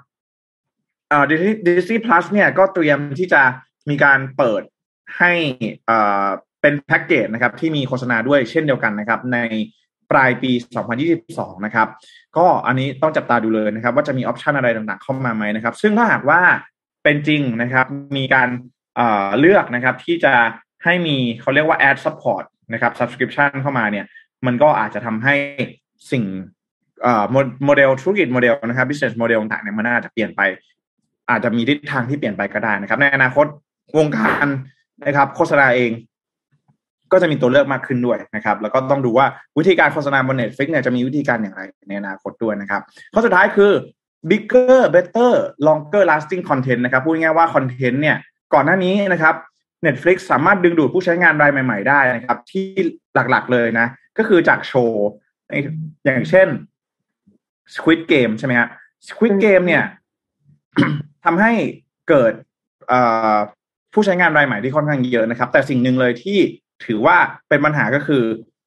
Disney Plus เนี่ยก็เตรียมที่จะมีการเปิดให้เป็นแพ็กเกจนะครับที่มีโฆษณาด้วยเช่นเดียวกันนะครับในปลายปี 2022 นะครับก็อันนี้ต้องจับตาดูเลยนะครับว่าจะมีออปชันอะไรต่างๆเข้ามาไหมนะครับซึ่งถ้าหากว่าเป็นจริงนะครับมีการเลือกนะครับที่จะให้มีเขาเรียกว่า Ad Support นะครับ Subscription เข้ามาเนี่ยมันก็อาจจะทำให้สิ่งโมเดลธุรกิจโมเดลนะครับ business model ต่างๆเนี่ยมันน่าจะเปลี่ยนไปอาจจะมีทิศทางที่เปลี่ยนไปก็ได้นะครับในอนาคตวงการนะครับโฆษณาเองก็จะมีตัวเลือกมากขึ้นด้วยนะครับแล้วก็ต้องดูว่าวิธีการโฆษณาบน Netflix เนี่ยจะมีวิธีการอย่างไรในอนาคตด้วยนะครับข้อสุดท้ายคือ bigger better longer lasting content นะครับพูดง่ายๆว่าคอนเทนต์เนี่ยก่อนหน้านี้นะครับ Netflix สามารถดึงดูดผู้ใช้งานรายใหม่ๆได้นะครับที่หลักๆเลยนะก็คือจากโชว์อย่างเช่น Squid Game ใช่ไหมครับ Squid Game เนี่ยทำให้เกิดผู้ใช้งานรายใหม่ที่ค่อนข้างเยอะนะครับแต่สิ่งหนึ่งเลยที่ถือว่าเป็นปัญหาก็คือ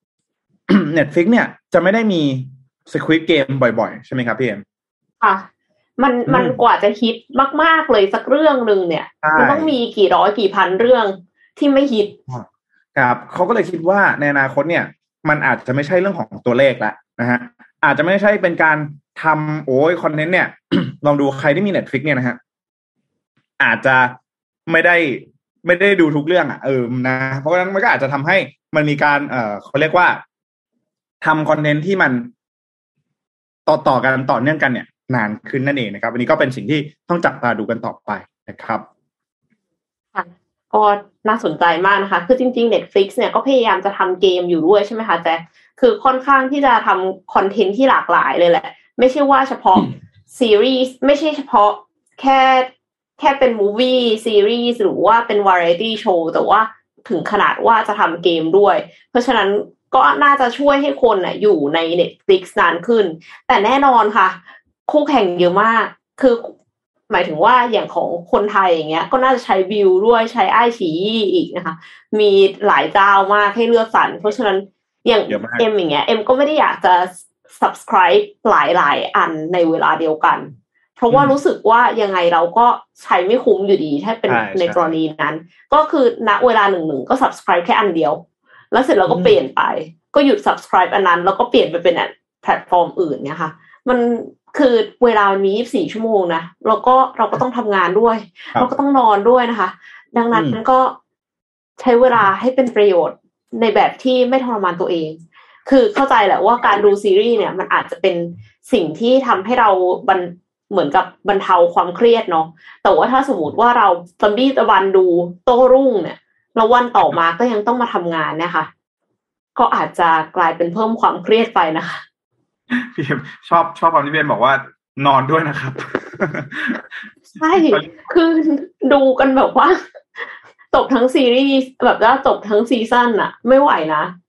Netflix เนี่ยจะไม่ได้มี Squid Game บ่อยๆใช่ไหมครับพี่เอ็ม
ค่ะมันกว่าจะฮิตมากๆเลยสักเรื่องนึงเนี่ยมันต้องมีกี่ร้อยกี่พันเรื่องที่ไม่ฮิต
ครับเขาก็เลยคิดว่าในอนาคตเนี่ยมันอาจจะไม่ใช่เรื่องของตัวเลขแล้วนะฮะอาจจะไม่ใช่เป็นการทำคอนเทนต์เนี่ย ลองดูใครที่มี Netflix เนี่ยนะฮะอาจจะไม่ได้ดูทุกเรื่องนะเพราะฉะนั้นมันก็อาจจะทำให้มันมีการเขาเรียกว่าทำคอนเทนต์ที่มันต่อกันต่อเนื่องกันเนี่ยนานขึ้นนั่นเองนะครับอันนี้ก็เป็นสิ่งที่ต้องจับตาดูกันต่อไปนะครับ
ค่ะก็น่าสนใจมากนะคะคือจริงๆ Netflix เนี่ยก็พยายามจะทำเกมอยู่ด้วยใช่ไหมคะแต่คือค่อนข้างที่จะทำคอนเทนต์ที่หลากหลายเลยแหละไม่ใช่ว่าเฉพาะซีรีส์ไม่ใช่เฉพาะแค่เป็นมูฟวี่ซีรีส์หรือว่าเป็นวาไรตี้โชว์แต่ว่าถึงขนาดว่าจะทำเกมด้วยเพราะฉะนั้นก็น่าจะช่วยให้คนน่ะอยู่ใน Netflix นานขึ้นแต่แน่นอนค่ะคู่แข่งเยอะมากคือหมายถึงว่าอย่างของคนไทยอย่างเงี้ยก็น่าจะใช้วิวด้วยใช้ไอฉี่อีกนะคะมีหลายเจ้ามากให้เลือกสรรเพราะฉะนั้นอย่างเอ็มอย่างเงี้ยเอ็มก็ไม่ได้อยากจะ subscribe หลายอันในเวลาเดียวกันเพราะว่ารู้สึกว่ายังไงเราก็ใช้ไม่คุ้มอยู่ดีถ้าเป็นในกรณีนั้นก็คือณเวลาหนึ่งก็ subscribe แค่อันเดียวแล้วเสร็จเราก็เปลี่ยนไปก็หยุด subscribe อันนั้นแล้วก็เปลี่ยนไปเป็นแพลตฟอร์มอื่นเนี่ยค่ะมันคือเวลามันมี24ชั่วโมงนะเราก็ต้องทำงานด้วยเราก็ต้องนอนด้วยนะคะดังนั้นก็ใช้เวลาให้เป็นประโยชน์ในแบบที่ไม่ทรมานตัวเองคือเข้าใจแหละว่าการดูซีรีส์เนี่ยมันอาจจะเป็นสิ่งที่ทำให้เราเหมือนกับบรรเทาความเครียดเนาะแต่ว่าถ้าสมมติว่าเราตะบี้ตะบันดูโต้รุ่งเนี่ยแล้ววันต่อมาก็ยังต้องมาทำงานเนี่ยค่ะก็อาจจะกลายเป็นเพิ่มความเครียดไปนะคะ
พี่ชอบความที่เบนบอกว่านอนด้วยนะครับ
ใช่คือดูกันแบบว่าจบทั้งซีรีส์แบบว่าจบทั้งซีซั่นอะไม่ไหวนะ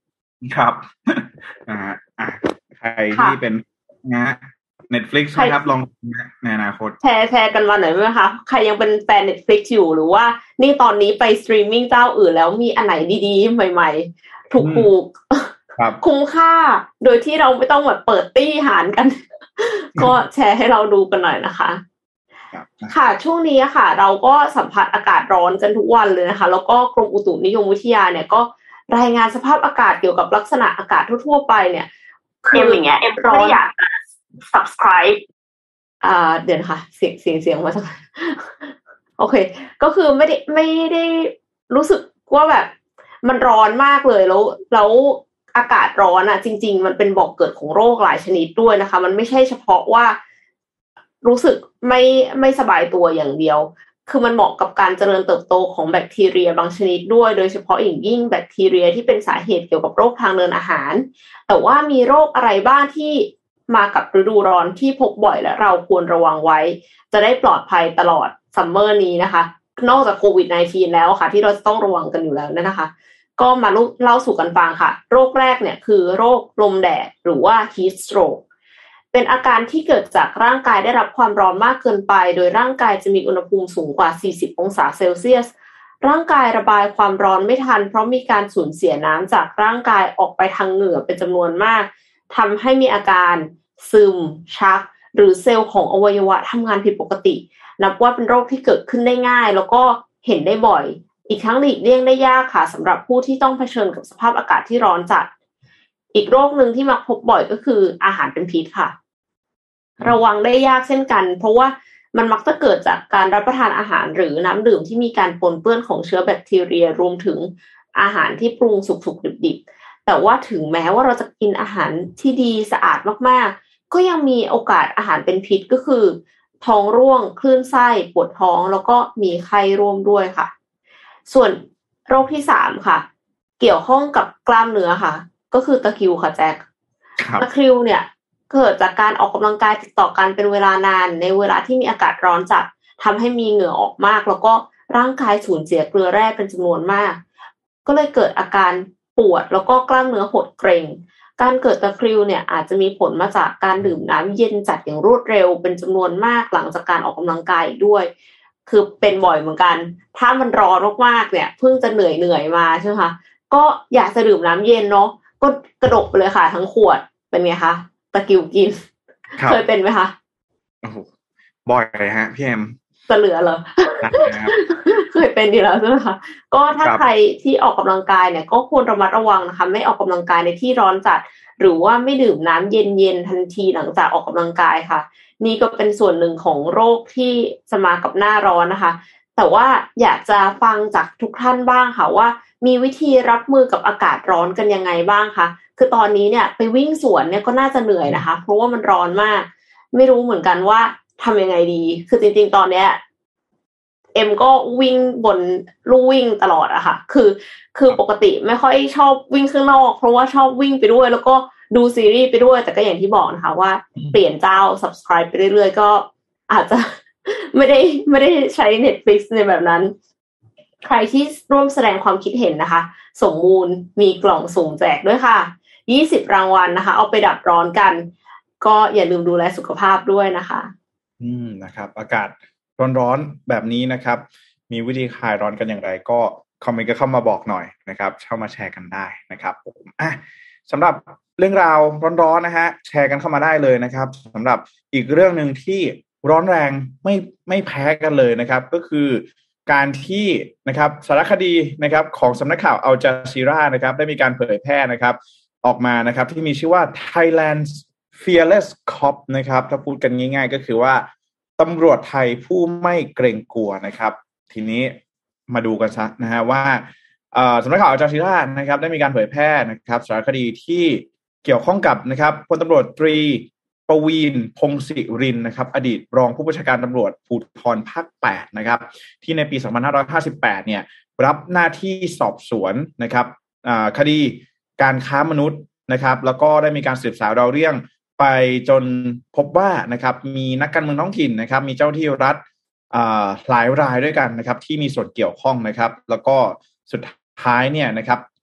ครับอ่าใครที่เป็นนะ Netflix นะครับลองในอนาคต
แชร์กันมาหน่อยไหมคะใครยังเป็นแฟน Netflix อยู่หรือว่านี่ตอนนี้ไปสตรีมมิ่งเจ้าอื่นแล้วมีอันไหนดีๆใหม่ๆถูกคุ้มค่าโดยที่เราไม่ต้องแบบเปิดตี้หารกัน ก็แชร์ให้เราดูกันหน่อยนะคะค่ะช่วงนี้ค่ะเราก็สัมผัสอากาศร้อนกันทุกวันเลยนะคะแล้วก็กรมอุตุนิยมวิทยาเนี่ยก็รายงานสภาพอากาศเกี่ยวกับลักษณะอากาศทั่วๆไปเนี่ยคืออย่างเงี้ยร้อนอยาก subscribe เดี๋ยวนะคะเสียงมาสักโอเคก็คือไม่ได้รู้สึกว่าแบบมันร้อนมากเลยแล้วอากาศร้อนอ่ะจริงๆมันเป็นบ่อกเกิดของโรคหลายชนิดด้วยนะคะมันไม่ใช่เฉพาะว่ารู้สึกไม่สบายตัวอย่างเดียวคือมันเหมาะกับการเจริญเติบโตของแบคทีเรียบางชนิดด้วยโดยเฉพาะอย่างยิ่งแบคทีเรียที่เป็นสาเหตุเกี่ยวกับโรคทางเดินอาหารแต่ว่ามีโรคอะไรบ้างที่มากับฤดูร้อนที่พบบ่อยและเราควรระวังไว้จะได้ปลอดภัยตลอดซัมเมอร์นี้นะคะนอกจากโควิด -19 แล้วค่ะที่เราจะต้องระวังกันอยู่แล้วนะคะก็มาเล่าสู่กันฟังค่ะโรคแรกเนี่ยคือโรคลมแดดหรือว่า heat stroke เป็นอาการที่เกิดจากร่างกายได้รับความร้อนมากเกินไปโดยร่างกายจะมีอุณหภูมิสูงกว่า40องศาเซลเซียสร่างกายระบายความร้อนไม่ทันเพราะมีการสูญเสียน้ำจากร่างกายออกไปทางเหงื่อเป็นจำนวนมากทำให้มีอาการซึมชักหรือเซลล์ของอวัยวะทำงานผิดปกตินับว่าเป็นโรคที่เกิดขึ้นได้ง่ายแล้วก็เห็นได้บ่อยอีกทั้งหลีกเลี่ยงได้ยากค่ะสำหรับผู้ที่ต้องเผชิญกับสภาพอากาศที่ร้อนจัดอีกโรคหนึ่งที่มักพบบ่อยก็คืออาหารเป็นพิษค่ะระวังได้ยากเช่นกันเพราะว่ามันมักจะเกิดจากการรับประทานอาหารหรือน้ำดื่มที่มีการปนเปื้อนของเชื้อแบคทีเรียรวมถึงอาหารที่ปรุงสุกๆดิบๆแต่ว่าถึงแม้ว่าเราจะกินอาหารที่ดีสะอาดมากๆก็ยังมีโอกาสอาหารเป็นพิษก็คือท้องร่วงคลื่นไส้ปวดท้องแล้วก็มีไข้ร่วมด้วยค่ะส่วนโรคที่3ค่ะเกี่ยวข้องกับกล้ามเนื้อค่ะก็คือตะคริวค่ะแจ็คตะคริวเนี่ยเกิดจากการออกกำลังกายติดต่อกันเป็นเวลานานในเวลาที่มีอากาศร้อนจัดทำให้มีเหงื่อออกมากแล้วก็ร่างกายสูญเสียเกลือแร่เป็นจำนวนมากก็เลยเกิดอาการปวดแล้วก็กล้ามเนื้อหดเกร็งการเกิดตะคริวเนี่ยอาจจะมีผลมาจากการดื่มน้ำเย็นจัดอย่างรวดเร็วเป็นจำนวนมากหลังจากการออกกำลังกายด้วยคือเป็นบ่อยเหมือนกันถ้ามันร้อนมากๆเนี่ยเพิ่งจะเหนื่อยมาใช่ไหมคะก็อยากจะดื่มน้ำเย็นเนาะก็กระดกไปเลยค่ะทั้งขวดเป็นไงคะตะคริวกินเคยเป็นไหมคะ
โอ้โหบ่อยเลยฮะพี่แอม
จะเหลือเหรอ เคยเป็นดีแล้วใช่ไหมคะก็ถ้าใครที่ออกกำลังกายเนี่ยก็ควรระมัดระวังนะคะไม่ออกกำลังกายในที่ร้อนจัดหรือว่าไม่ดื่มน้ำเย็นๆทันทีหลังจากออกกำลังกายค่ะนี่ก็เป็นส่วนหนึ่งของโรคที่จะมากับหน้าร้อนนะคะแต่ว่าอยากจะฟังจากทุกท่านบ้างค่ะว่ามีวิธีรับมือกับอากาศร้อนกันยังไงบ้างคะคือตอนนี้เนี่ยไปวิ่งสวนเนี่ยก็น่าจะเหนื่อยนะคะเพราะว่ามันร้อนมากไม่รู้เหมือนกันว่าทำยังไงดีคือจริงๆตอนเนี้ยเอ็มก็วิ่งบนลู่วิ่งตลอดอะค่ะคือปกติไม่ค่อยชอบวิ่งข้างนอกเพราะว่าชอบวิ่งไปด้วยแล้วก็ดูซีรีส์ไปด้วยแต่ก็อย่างที่บอกนะคะว่าเปลี่ยนเจ้า subscribe ไปเรื่อยๆก็อาจจะไม่ได้ใช้ Netflix ในแบบนั้นใครที่ร่วมแสดงความคิดเห็นนะคะสมมูลมีกล่องสุ่มแจกด้วยค่ะ20รางวัลนะคะเอาไปดับร้อนกันก็อย่าลืมดูแลสุขภาพด้วยนะคะ
นะครับอากาศร้อนๆแบบนี้นะครับมีวิธีคลายร้อนกันอย่างไรก็คอมเมนต์ก็เข้ามาบอกหน่อยนะครับเข้ามาแชร์กันได้นะครับผมสำหรับเรื่องราวร้อนๆนะฮะแชร์กันเข้ามาได้เลยนะครับสำหรับอีกเรื่องนึงที่ร้อนแรงไม่แพ้กันเลยนะครับก็คือการที่นะครับสารคดีนะครับของสำนักข่าวอัลจาซีรานะครับได้มีการเผยแพร่นะครับออกมานะครับที่มีชื่อว่า Thailand's Fearless Cop นะครับถ้าพูดกันง่ายๆก็คือว่าตำรวจไทยผู้ไม่เกรงกลัวนะครับทีนี้มาดูกันซะนะฮะว่าสำนักข่าวอัลจาซีรานะครับได้มีการเผยแพร่นะครับสารคดีที่เกี่ยวข้องกับนะครับพลตำรวจตรีประวีณพงศิรินทร์นะครับอดีตรองผู้บัญชาการตำรวจภูธรภาค8นะครับที่ในปี2558เนี่ยรับหน้าที่สอบสวนนะครับคดีการค้ามนุษย์นะครับแล้วก็ได้มีการสืบสาวเราเรื่องไปจนพบว่านะครับมีนักการเมืองท้องถิ่นนะครับมีเจ้าที่รัฐหลายรายด้วยกันนะครับที่มีส่วนเกี่ยวข้องนะครับแล้วก็สุดท้ายเนี่ยนะครับ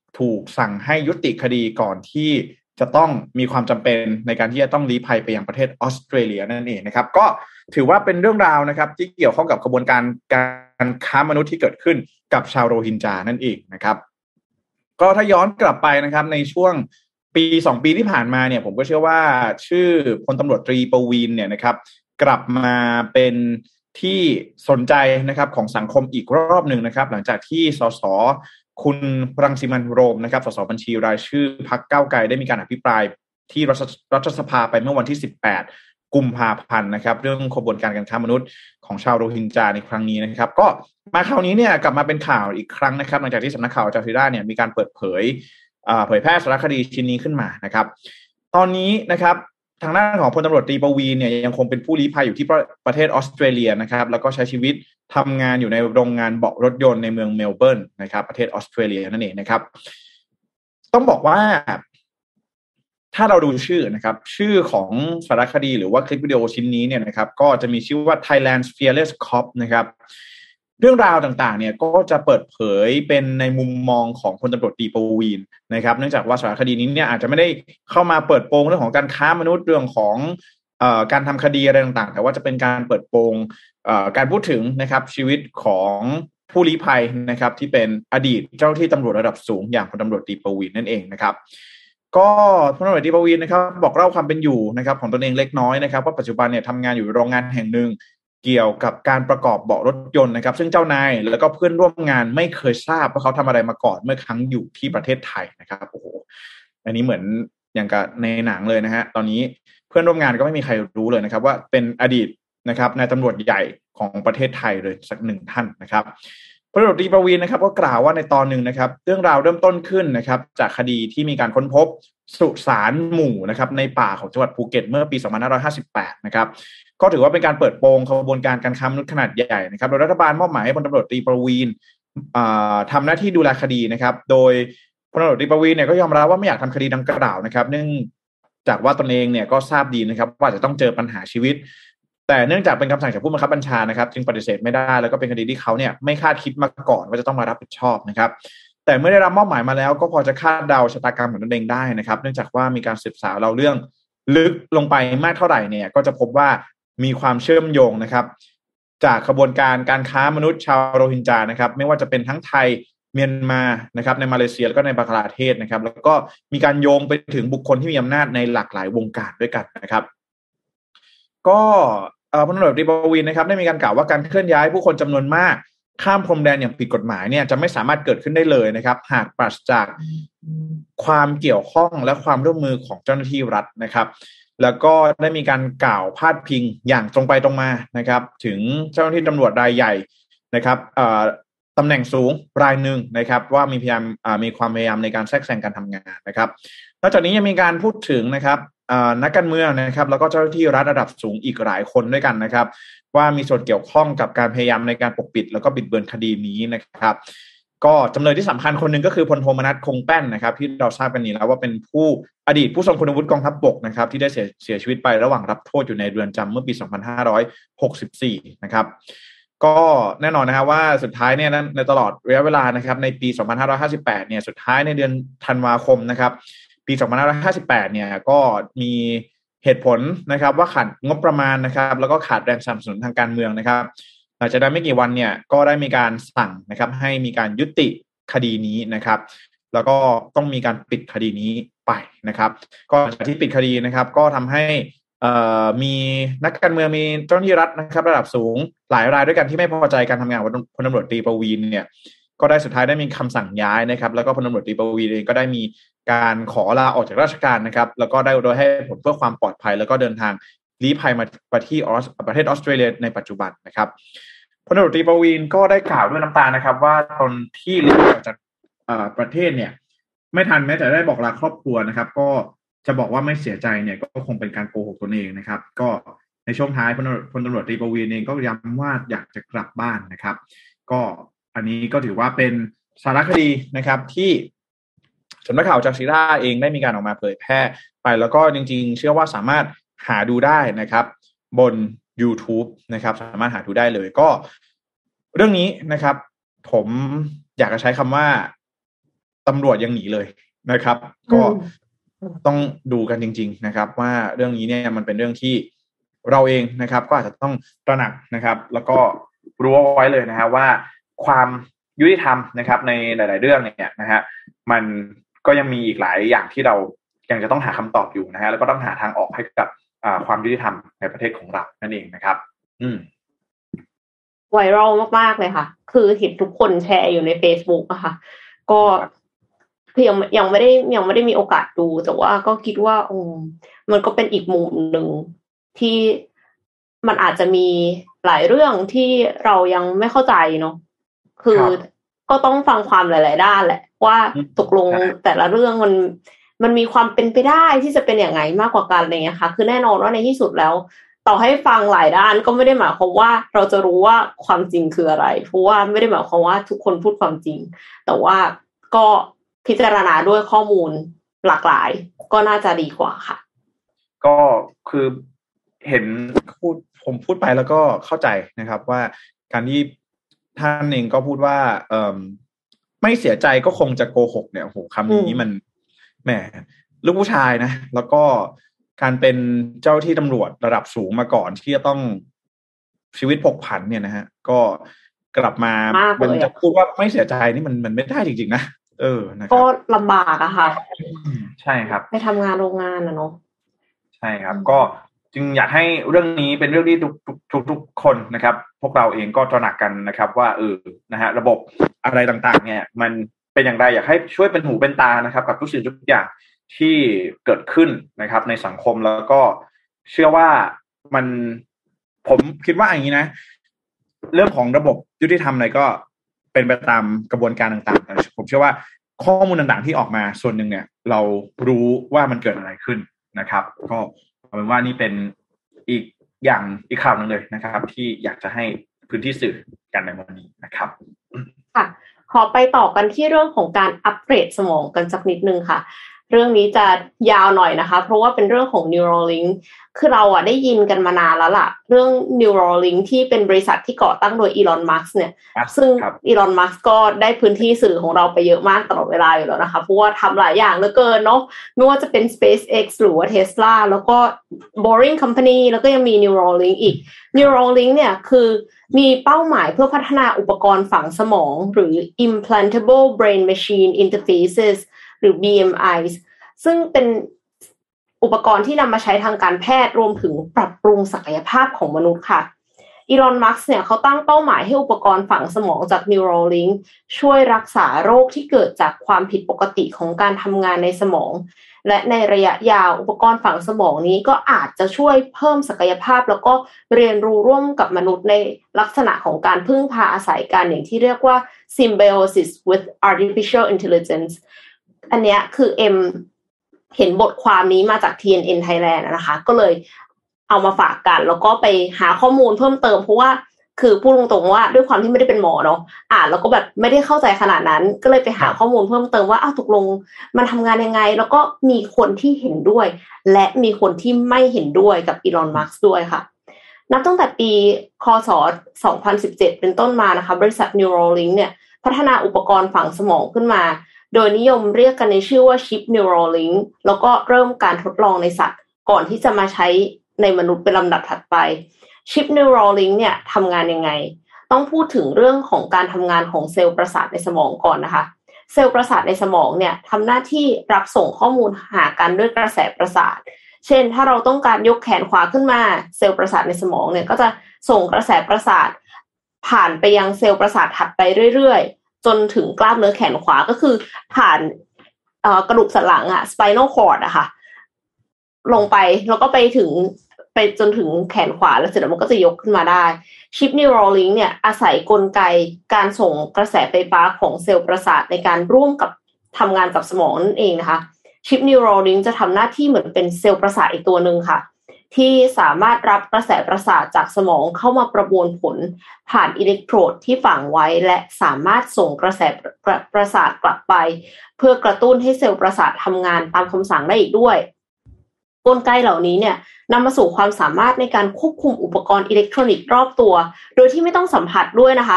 ถูกสั่งให้ยุติคดีก่อนที่จะต้องมีความจำเป็นในการที่จะต้องลี้ภัยไปยังประเทศออสเตรเลียนั่นเองนะครับก็ถือว่าเป็นเรื่องราวนะครับที่เกี่ยวข้องกับกระบวนการค้ามนุษย์ที่เกิดขึ้นกับชาวโรฮิงญานั่นเองนะครับก็ถ้าย้อนกลับไปนะครับในช่วงปี2 ปีที่ผ่านมาเนี่ยผมก็เชื่อว่าชื่อพลตำรวจตรีประวินเนี่ยนะครับกลับมาเป็นที่สนใจนะครับของสังคมอีกรอบหนึ่งนะครับหลังจากที่สสคุณรังสิมันต์โรมนะครับสสบัญชีรายชื่อพรรคก้าวไกลได้มีการอภิปรายที่รัฐสภาไปเมื่อวันที่18 กุมภาพันธ์นะครับเรื่องขบวนการค้ามนุษย์ของชาวโรฮิงญาในครั้งนี้นะครับก็มาคราวนี้เนี่ยกลับมาเป็นข่าวอีกครั้งนะครับหลังจากที่สำนักข่าวอัลจาซีราเนี่ยมีการเปิดเผยแพร่สารคดีชิ้นนี้ขึ้นมานะครับตอนนี้นะครับทางด้านของพลตำรวจตรีประวีณเนี่ยยังคงเป็นผู้ลี้ภัยอยู่ที่ประเทศออสเตรเลียนะครับแล้วก็ใช้ชีวิตทำงานอยู่ในโรงงานเบาะรถยนต์ในเมืองเมลเบิร์นนะครับประเทศออสเตรเลียนั่นเองนะครับต้องบอกว่าถ้าเราดูชื่อนะครับชื่อของสารคดีหรือว่าคลิปวิดีโอชิ้นนี้เนี่ยนะครับก็จะมีชื่อว่า Thailand's Fearless Cop นะครับเรื่องราวต่างๆเนี่ยก็จะเปิดเผยเป็นในมุมมองของพลตำรวจตรีประวีณนะครับเนื่องจากว่าสารคดีนี้เนี่ยอาจจะไม่ได้เข้ามาเปิดโปงเรื่องของการค้ามนุษย์เรื่องของการทำคดีอะไรต่างๆแต่ว่าจะเป็นการเปิดโปงการพูดถึงนะครับชีวิตของผู้ลี้ภัยนะครับที่เป็นอดีตเจ้าหน้าที่ตำรวจระดับสูงอย่างพลตำรวจตรีประวีณนั่นเองนะครับก็พลตำรวจตรีประวีณนะครับบอกเล่าความเป็นอยู่นะครับของตนเองเล็กน้อยนะครับว่าปัจจุบันเนี่ยทำงานอยู่โรงงานแห่งหนึ่งเกี่ยวกับการประกอบเบาะรถยนต์นะครับซึ่งเจ้านายแล้วก็เพื่อนร่วมงานไม่เคยทราบว่าเขาทำอะไรมาก่อนเมื่อครั้งอยู่ที่ประเทศไทยนะครับโอ้โหอันนี้เหมือนอย่างกับในหนังเลยนะฮะตอนนี้เพื่อนร่วมงานก็ไม่มีใครรู้เลยนะครับว่าเป็นอดีตนะครับนายตำรวจใหญ่ของประเทศไทยเลยสักหนึ่งท่านนะครับพลตำรวจตรีประวีณนะครับก็กล่าวว่าในตอนหนึ่งนะครับเรื่องราวเริ่มต้นขึ้นนะครับจากคดีที่มีการค้นพบสุสานหมู่นะครับในป่าของจังหวัดภูเก็ตเมื่อปี2558นะครับก็ถือว่าเป็นการเปิดโปงขบวนการค้ามนุษย์ขนาดใหญ่นะครับโดยรัฐบาลมอบหมายให้พลตำรวจตรีประวีณทำหน้าที่ดูแลคดีนะครับโดยพลตำรวจตรีประวีณเนี่ยก็ยอมรับว่าไม่อยากทำคดีดังกล่าวนะครับเนื่องจากว่าตนเองเนี่ยก็ทราบดีนะครับว่าจะต้องเจอปัญหาชีวิตแต่เนื่องจากเป็นคำสั่งจากผู้บังคับบัญชานะครับจึงปฏิเสธไม่ได้แล้วก็เป็นคดีที่เขาเนี่ยไม่คาดคิดมาก่อนว่าจะต้องมารับผิดชอบนะครับแต่เมื่อได้รับมอบหมายมาแล้วก็พอจะคาดเดาชะตากรรมของตนเองได้นะครับเนื่องจากว่ามีการสืบสาวเราเรื่องลึกลงไปมากเท่าไหร่เนี่ยก็จะพบว่ามีความเชื่อมโยงนะครับจากขบวนการค้ามนุษย์ชาวโรฮิงญานะครับไม่ว่าจะเป็นทั้งไทยเมียนมานะครับในมาเลเซียแล้วก็ในบังกลาเทศนะครับแล้วก็มีการโยงไปถึงบุคคลที่มีอำนาจในหลากหลายวงการด้วยกันนะครับก็พลตำรวจตรีประวีณนะครับได้มีการกล่าวว่าการเคลื่อนย้ายผู้คนจำนวนมากข้ามพรมแดนอย่างผิดกฎหมายเนี่ยจะไม่สามารถเกิดขึ้นได้เลยนะครับหากปราศจากความเกี่ยวข้องและความร่วมมือของเจ้าหน้าที่รัฐนะครับแล้วก็ได้มีการกล่าวพาดพิงอย่างตรงไปตรงมานะครับถึงเจ้าหน้าที่ตำรวจรายใหญ่นะครับตำแหน่งสูงรายหนึ่งนะครับว่ามีความพยายามในการแทรกแซงการทำงานนะครับนอกจากนี้ยังมีการพูดถึงนะครับนักการเมืองนะครับแล้วก็เจ้าหน้าที่รัฐระดับสูงอีกหลายคนด้วยกันนะครับว่ามีส่วนเกี่ยวข้องกับการพยายามในการปกปิดแล้วก็บิดเบือนคดีนี้นะครับก็จำเลยที่สำคัญคนหนึ่งก็คือพลโทมนัสคงแป้นนะครับที่เราทราบกันนี้แล้วว่าเป็นอดีตผู้ทรงคุณวุฒิกองทัพบกนะครับที่ได้เสียชีวิตไประหว่างรับโทษอยู่ในเรือนจำเมื่อปี2564นะครับก็แน่นอนนะครับว่าสุดท้ายเนี่ยในตลอดระยะเวลานะครับในปี2558เนี่ยสุดท้ายในเดือนธันวาคมนะครับปี2558เนี่ยก็มีเหตุผลนะครับว่าขาดงบประมาณนะครับแล้วก็ขาดแรงสนับสนุนทางการเมืองนะครับหลังจากนั้นไม่กี่วันเนี่ยก็ได้มีการสั่งนะครับให้มีการยุติคดีนี้นะครับแล้วก็ต้องมีการปิดคดีนี้ไปนะครับก็หลังจากที่ปิดคดีนะครับก็ทำให้มีนักการเมืองมีเจ้าหน้าที่รัฐนะครับระดับสูงหลายรายด้วยกันที่ไม่พอใจการทำงานของพลตำรวจตรีประวีณเนี่ยก็ได้สุดท้ายได้มีคำสั่งย้ายนะครับแล้วก็พลตำรวจตรีประวีณเองก็ได้มีการขอลาออกจากราชการนะครับแล้วก็ได้โดยให้ผลเพื่อความปลอดภัยแล้วก็เดินทางลี้ภัยมาประเทศออสเตรเลียในปัจจุบันนะครับพลตำรวจตรีประวีณก็ได้กล่าวด้วยน้ำตานะครับว่าตอนที่ลี้ภัยออกจากประเทศเนี่ยไม่ทันแม้แต่ได้บอกลาครอบครัวนะครับก็จะบอกว่าไม่เสียใจเนี่ยก็คงเป็นการโกหกตนเองนะครับก็ในช่วงท้ายพลตำรวจตรีประวีณเองก็ย้ำว่าอยากจะกลับบ้านนะครับก็อันนี้ก็ถือว่าเป็นสารคดีนะครับที่สำนักข่าวจากซีราเองได้มีการออกมาเผยแพร่ไปแล้วก็จริงๆเชื่อว่าสามารถหาดูได้นะครับบน YouTube นะครับสามารถหาดูได้เลยก็เรื่องนี้นะครับผมอยากจะใช้คำว่าตำรวจยังหนีเลยนะครับก็ต้องดูกันจริงๆนะครับว่าเรื่องนี้เนี่ยมันเป็นเรื่องที่เราเองนะครับก็อาจจะต้องตระหนักนะครับแล้วก็รู้ไว้เลยนะครับว่าความยุติธรรมนะครับในหลายๆเรื่องเนี่ยนะฮะมันก็ยังมีอีกหลายอย่างที่เรายังจะต้องหาคำตอบอยู่นะฮะแล้วก็ต้องหาทางออกให้กับความยุติธรรมในประเทศของเรานั่นเองนะครับ
ไวรัลมากๆเลยค่ะคือเห็นทุกคนแชร์อยู่ใน Facebook อะค่ะก็ยังไม่ได้มีโอกาสดูแต่ว่าก็คิดว่ามันก็เป็นอีกมุมหนึ่งที่มันอาจจะมีหลายเรื่องที่เรายังไม่เข้าใจเนาะคือก็ต้องฟังความหลายๆด้านแหละว่าตกลงแต่ละเรื่องมันมีความเป็นไปได้ที่จะเป็นอย่างไรมากกว่ากันอะไรเงี้ยค่ะคือแน่นอนว่าในที่สุดแล้วต่อให้ฟังหลายด้านก็ไม่ได้หมายความว่าเราจะรู้ว่าความจริงคืออะไรเพราะว่าไม่ได้หมายความว่าทุกคนพูดความจริงแต่ว่าก็พิจารณาด้วยข้อมูลหลากหลายก็น่าจะดีกว่าค่ะ
ก็คือเห็นผมพูดไปแล้วก็เข้าใจนะครับว่าการที่ท่านเองก็พูดว่าไม่เสียใจก็คงจะโกหกเนี่ยโหคำนี้มันแหมลูกผู้ชายนะแล้วก็การเป็นเจ้าที่ตำรวจระดับสูงมาก่อนที่จะต้องชีวิตผกผันเนี่ยนะฮะก็กลับมามันจะพูดว่าไม่เสียใจนี่มันไม่ได้จริงๆนะนะครับ
ก็ลำบากอะค่ะ
ใช่ครับ
ไปทำงานโรงงานนะเนาะ
ใช่ครับก็จึงอยากให้เรื่องนี้เป็นเรื่องที่ทุกคนนะครับพวกเราเองก็ตระหนักกันนะครับว่านะฮะระบบอะไรต่างๆเนี่ยมันเป็นอย่างไรอยากให้ช่วยเป็นหูเป็นตานะครับกับทุกสิ่งทุกอย่างที่เกิดขึ้นนะครับในสังคมแล้วก็เชื่อว่าผมคิดว่าอย่างนี้นะเรื่องของระบบยุติธรรมอะไรก็เป็นไปตามกระบวนการต่างๆผมเชื่อว่าข้อมูลต่างๆที่ออกมาส่วนหนึ่งเนี่ยเรารู้ว่ามันเกิดอะไรขึ้นนะครับก็เอาเป็นว่านี่เป็นอีกข่าวนึงเลยนะครับที่อยากจะให้พื้นที่สื่อกันในวันนี้นะครับ
ค่ะขอไปต่อกันที่เรื่องของการอัปเกรดสมองกันสักนิดนึงค่ะเรื่องนี้จะยาวหน่อยนะคะเพราะว่าเป็นเรื่องของ Neuralink คือเราได้ยินกันมานานแล้วล่ะเรื่อง Neuralink ที่เป็นบริษัทที่ก่อตั้งโดย Elon Musk เนี่ยซึ่ง Elon Musk ก็ได้พื้นที่สื่อของเราไปเยอะมากตลอดเวลาอยู่แล้วนะคะเพราะว่าทำหลายอย่างเหลือเกินเนาะไม่ว่าจะเป็น SpaceX หรือว่า Tesla แล้วก็ Boring Company แล้วก็ยังมี Neuralink อีก Neuralink เนี่ยคือมีเป้าหมายเพื่อพัฒนาอุปกรณ์ฝังสมองหรือ Implantable Brain Machine Interfacesหรือ BMIs ซึ่งเป็นอุปกรณ์ที่นำมาใช้ทางการแพทย์รวมถึงปรับปรุงศักยภาพของมนุษย์ค่ะ Elon Musk เนี่ยเขาตั้งเป้าหมายให้อุปกรณ์ฝังสมองจาก Neuralink ช่วยรักษาโรคที่เกิดจากความผิดปกติของการทำงานในสมองและในระยะยาวอุปกรณ์ฝังสมองนี้ก็อาจจะช่วยเพิ่มศักยภาพแล้วก็เรียนรู้ร่วมกับมนุษย์ในลักษณะของการพึ่งพาอาศัยกันอย่างที่เรียกว่า symbiosis with artificial intelligenceอันเนี้ยคือเห็นบทความนี้มาจาก TNN Thailand นะคะก็เลยเอามาฝากกันแล้วก็ไปหาข้อมูลเพิ่มเติมเพราะว่าคือพูดตรงๆว่าด้วยความที่ไม่ได้เป็นหมอเนาะแล้วก็แบบไม่ได้เข้าใจขนาดนั้นก็เลยไปหาข้อมูลเพิ่มเติมว่าตกลงมันทำงานยังไงแล้วก็มีคนที่เห็นด้วยและมีคนที่ไม่เห็นด้วยกับ Elon Musk ด้วยค่ะนับตั้งแต่ปีคศ2017เป็นต้นมานะคะบริษัท Neuralink เนี่ยพัฒนาอุปกรณ์ฝังสมองขึ้นมาโดยนิยมเรียกกันในชื่อว่าชิป Neuralink แล้วก็เริ่มการทดลองในสัตว์ก่อนที่จะมาใช้ในมนุษย์เป็นลำดับถัดไปชิป Neuralink เนี่ยทำงานยังไงต้องพูดถึงเรื่องของการทำงานของเซลล์ประสาทในสมองก่อนนะคะเซลล์ประสาทในสมองเนี่ยทำหน้าที่รับส่งข้อมูลหากันด้วยกระแสประสาทเช่นถ้าเราต้องการยกแขนขวาขึ้นมาเซลล์ประสาทในสมองเนี่ยก็จะส่งกระแสประสาทผ่านไปยังเซลล์ประสาทถัดไปเรื่อยๆจนถึงกล้ามเนื้อแขนขวาก็คือผ่านกระดูกสันหลังspinal cord อะค่ะลงไปแล้วก็ไปจนถึงแขนขวาแล้วเสร็จแล้วมันก็จะยกขึ้นมาได้ชิป Neuralink เนี่ยอาศัยกลไกการส่งกระแสไฟฟ้าของเซลล์ประสาทในการร่วมกับทำงานกับสมองนั่นเองนะคะชิป Neuralink จะทำหน้าที่เหมือนเป็นเซลล์ประสาทอีกตัวนึงค่ะที่สามารถรับกระแสประสาทจากสมองเข้ามาประมวลผลผ่านอิเล็กโทรดที่ฝังไว้และสามารถส่งกระแสประสาทกลับไปเพื่อกระตุ้นให้เซลล์ประสาททำงานตามคำสั่งได้อีกด้วยกลไกเหล่านี้เนี่ยนำมาสู่ความสามารถในการควบคุมอุปกรณ์อิเล็กทรอนิกส์รอบตัวโดยที่ไม่ต้องสัมผัสด้วยนะคะ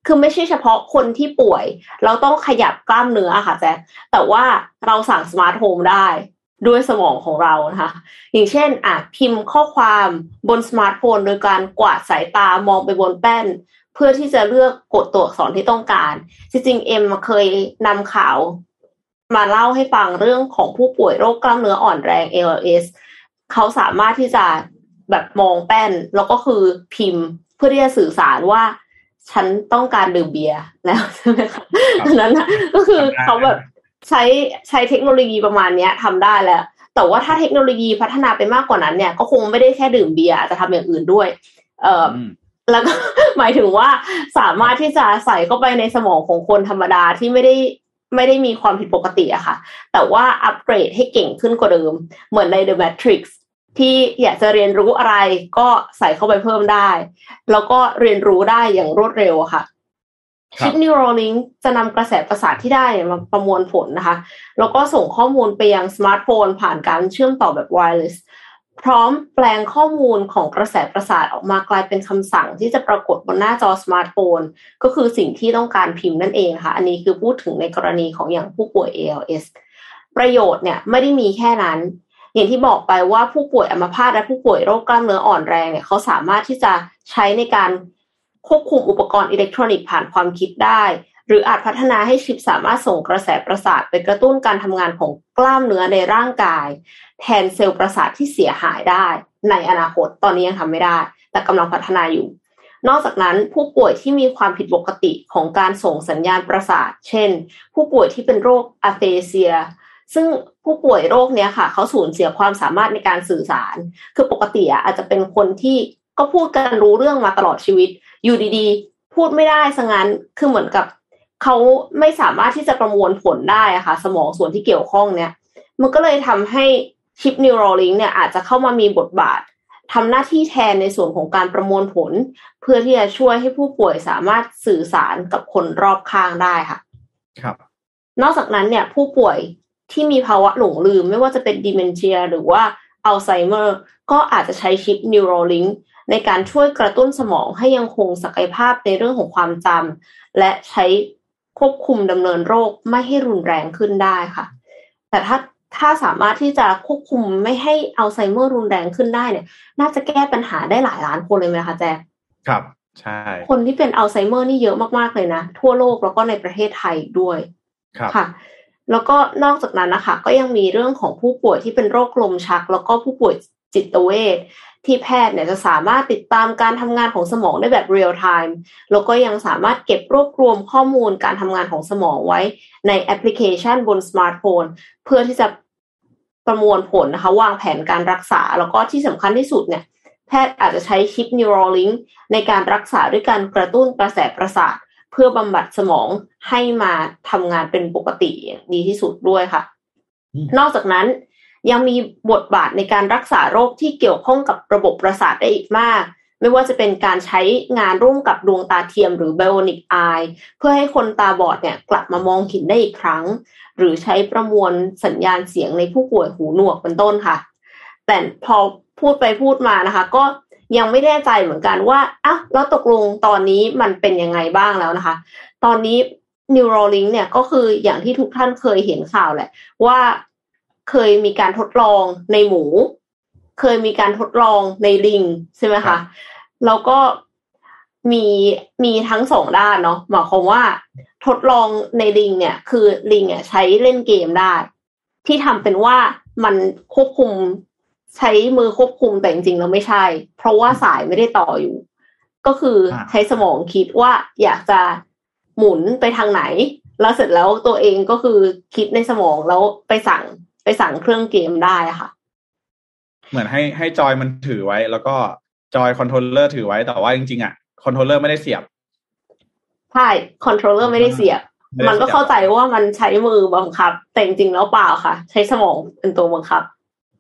คือไม่ใช่เฉพาะคนที่ป่วยเราต้องขยับกล้ามเนื้อค่ะแจ๊คแต่ว่าเราสั่งสมาร์ทโฮมได้ด้วยสมองของเรานะคะอย่างเช่นพิมพ์ข้อความบนสมาร์ทโฟนโดยการกวาดสายตามองไปบนแป้นเพื่อที่จะเลือกกดตัวอักษรที่ต้องการจริงๆเอ็มเคยนำข่าวมาเล่าให้ฟังเรื่องของผู้ป่วยโรคกล้ามเนื้ออ่อนแรง ALS เขาสามารถที่จะแบบมองแป้นแล้วก็คือพิมพ์เพื่อที่จะสื่อสารว่าฉันต้องการดื่มเบียร์แล้วใช่ไหมคะนั้นนะก็คือเขาแบบใช้เทคโนโลยีประมาณนี้ทำได้แล้วแต่ว่าถ้าเทคโนโลยีพัฒนาไปมากกว่านั้นเนี่ยก็คงไม่ได้แค่ดื่มเบียร์อาจจะทำอย่างอื่นด้วยแล้วก็หมายถึงว่าสามารถที่จะใส่เข้าไปในสมองของคนธรรมดาที่ไม่ได้มีความผิดปกติอะค่ะแต่ว่าอัปเกรดให้เก่งขึ้นกว่าเดิมเหมือนใน The Matrix ที่อยากจะเรียนรู้อะไรก็ใส่เข้าไปเพิ่มได้แล้วก็เรียนรู้ได้อย่างรวดเร็วอะค่ะชิป Neuralink จะนำกระแสประสาทที่ได้มาประมวลผลนะคะแล้วก็ส่งข้อมูลไปยังสมาร์ทโฟนผ่านการเชื่อมต่อแบบ wireless พร้อมแปลงข้อมูลของกระแสประสาทออกมากลายเป็นคำสั่งที่จะปรากฏบนหน้าจอสมาร์ทโฟนก็คือสิ่งที่ต้องการพิมพ์นั่นเองค่ะอันนี้คือพูดถึงในกรณีของอย่างผู้ป่วย ALS ประโยชน์เนี่ยไม่ได้มีแค่นั้นอย่างที่บอกไปว่าผู้ป่วยอัมพาตและผู้ป่วยโรคกล้ามเนื้ออ่อนแรงเนี่ยเขาสามารถที่จะใช้ในการควบคุมอุปกรณ์อิเล็กทรอนิกส์ผ่านความคิดได้หรืออาจพัฒนาให้ชิปสามารถส่งกระแสประสาทไปกระตุ้นการทำงานของกล้ามเนื้อในร่างกายแทนเซลล์ประสาทที่เสียหายได้ในอนาคตตอนนี้ยังทำไม่ได้แต่กำลังพัฒนาอยู่นอกจากนั้นผู้ป่วยที่มีความผิดปกติของการส่งสัญญาณประสาทเช่นผู้ป่วยที่เป็นโรคอะเฟเซียซึ่งผู้ป่วยโรคเนี้ยค่ะเขาสูญเสียความสามารถในการสื่อสารคือปกติอาจจะเป็นคนที่ก็พูดกันรู้เรื่องมาตลอดชีวิตอยู่ดีๆพูดไม่ได้ซะงั้นคือเหมือนกับเขาไม่สามารถที่จะประมวลผลได้ค่ะสมองส่วนที่เกี่ยวข้องเนี่ยมันก็เลยทำให้ชิป Neuralink เนี่ยอาจจะเข้ามามีบทบาททำหน้าที่แทนในส่วนของการประมวลผลเพื่อที่จะช่วยให้ผู้ป่วยสามารถสื่อสารกับคนรอบข้างได้ค่ะ
ครับ
นอกจากนั้นเนี่ยผู้ป่วยที่มีภาวะหลงลืมไม่ว่าจะเป็น Dementia หรือว่า Alzheimer ก็อาจจะใช้ชิป Neuralink ในการช่วยกระตุ้นสมองให้ยังคงศักยภาพในเรื่องของความจำและใช้ควบคุมดำเนินโรคไม่ให้รุนแรงขึ้นได้ค่ะแต่ถ้าสามารถที่จะควบคุมไม่ให้อัลไซเมอร์รุนแรงขึ้นได้เนี่ยน่าจะแก้ปัญหาได้หลายล้านคนเลยไหมคะแจ๊ค
ครับใช่
คนที่เป็นอัลไซเมอร์นี่เยอะมากๆเลยนะทั่วโลกแล้วก็ในประเทศไทยด้วยค่ะแล้วก็นอกจากนั้นนะคะก็ยังมีเรื่องของผู้ป่วยที่เป็นโรคลมชักแล้วก็ผู้ป่วยจิตเวชที่แพทย์เนี่ยจะสามารถติดตามการทำงานของสมองได้แบบเรียลไทม์แล้วก็ยังสามารถเก็บรวบรวมข้อมูลการทำงานของสมองไว้ในแอปพลิเคชันบนสมาร์ทโฟนเพื่อที่จะประมวลผลนะคะวางแผนการรักษาแล้วก็ที่สำคัญที่สุดเนี่ยแพทย์อาจจะใช้ชิป Neuralink ในการรักษาด้วยการกระตุ้นกระแสประสาทเพื่อบำบัดสมองให้มาทำงานเป็นปกติดีที่สุดด้วยค่ะนอกจากนั้นยังมีบทบาทในการรักษาโรคที่เกี่ยวข้องกับระบบประสาทได้อีกมากไม่ว่าจะเป็นการใช้งานร่วมกับดวงตาเทียมหรือ Bionic Eye เพื่อให้คนตาบอดเนี่ยกลับมามองเห็นได้อีกครั้งหรือใช้ประมวลสัญญาณเสียงในผู้ป่วยหูหนวกเป็นต้นค่ะแต่พอพูดไปพูดมานะคะก็ยังไม่แน่ใจเหมือนกันว่าแล้วตกลงตอนนี้มันเป็นยังไงบ้างแล้วนะคะตอนนี้ Neuralink เนี่ยก็คืออย่างที่ทุกท่านเคยเห็นข่าวแหละว่าเคยมีการทดลองในหมูเคยมีการทดลองในลิงใช่ไหมคะแล้วก็มีทั้งสองด้านเนาะหมายความว่าทดลองในลิงเนี่ยคือลิงใช้เล่นเกมได้ที่ทำเป็นว่ามันควบคุมใช้มือควบคุมแต่จริงๆแล้วไม่ใช่เพราะว่าสายไม่ได้ต่ออยู่ก็คือใช้สมองคิดว่าอยากจะหมุนไปทางไหนแล้วเสร็จแล้วตัวเองก็คือคิดในสมองแล้วไปสั่งเครื่องเกมได้ค่ะ
เหมือนให้จอยมันถือไว้แล้วก็จอยคอนโทรลเลอร์ถือไว้แต่ว่าจริงๆคอนโทรลเลอร์ไม่ได้เสียบ
ใช่คอนโทรลเลอร์ไม่ได้เสียบมันก็เข้าใจว่ามันใช้มือบังคับแต่จริงๆแล้วเปล่าค่ะใช้สมองเป็นตัวบังคับ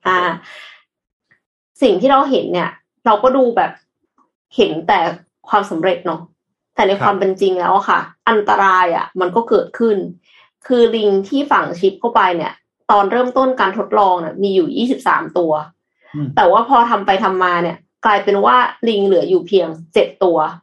สิ่งที่เราเห็นเนี่ยเราก็ดูแบบเห็นแต่ความสำเร็จเนาะแต่ในความเป็นจริงแล้วค่ะอันตรายมันก็เกิดขึ้นคือลิงที่ฝังชิปเข้าไปเนี่ยตอนเริ่มต้นการทดลองเนี่ยมีอยู่23ตัวแต่ว่าพอทำไปทำมาเนี่ยกลายเป็นว่าลิงเหลืออยู่เพียง7ตัว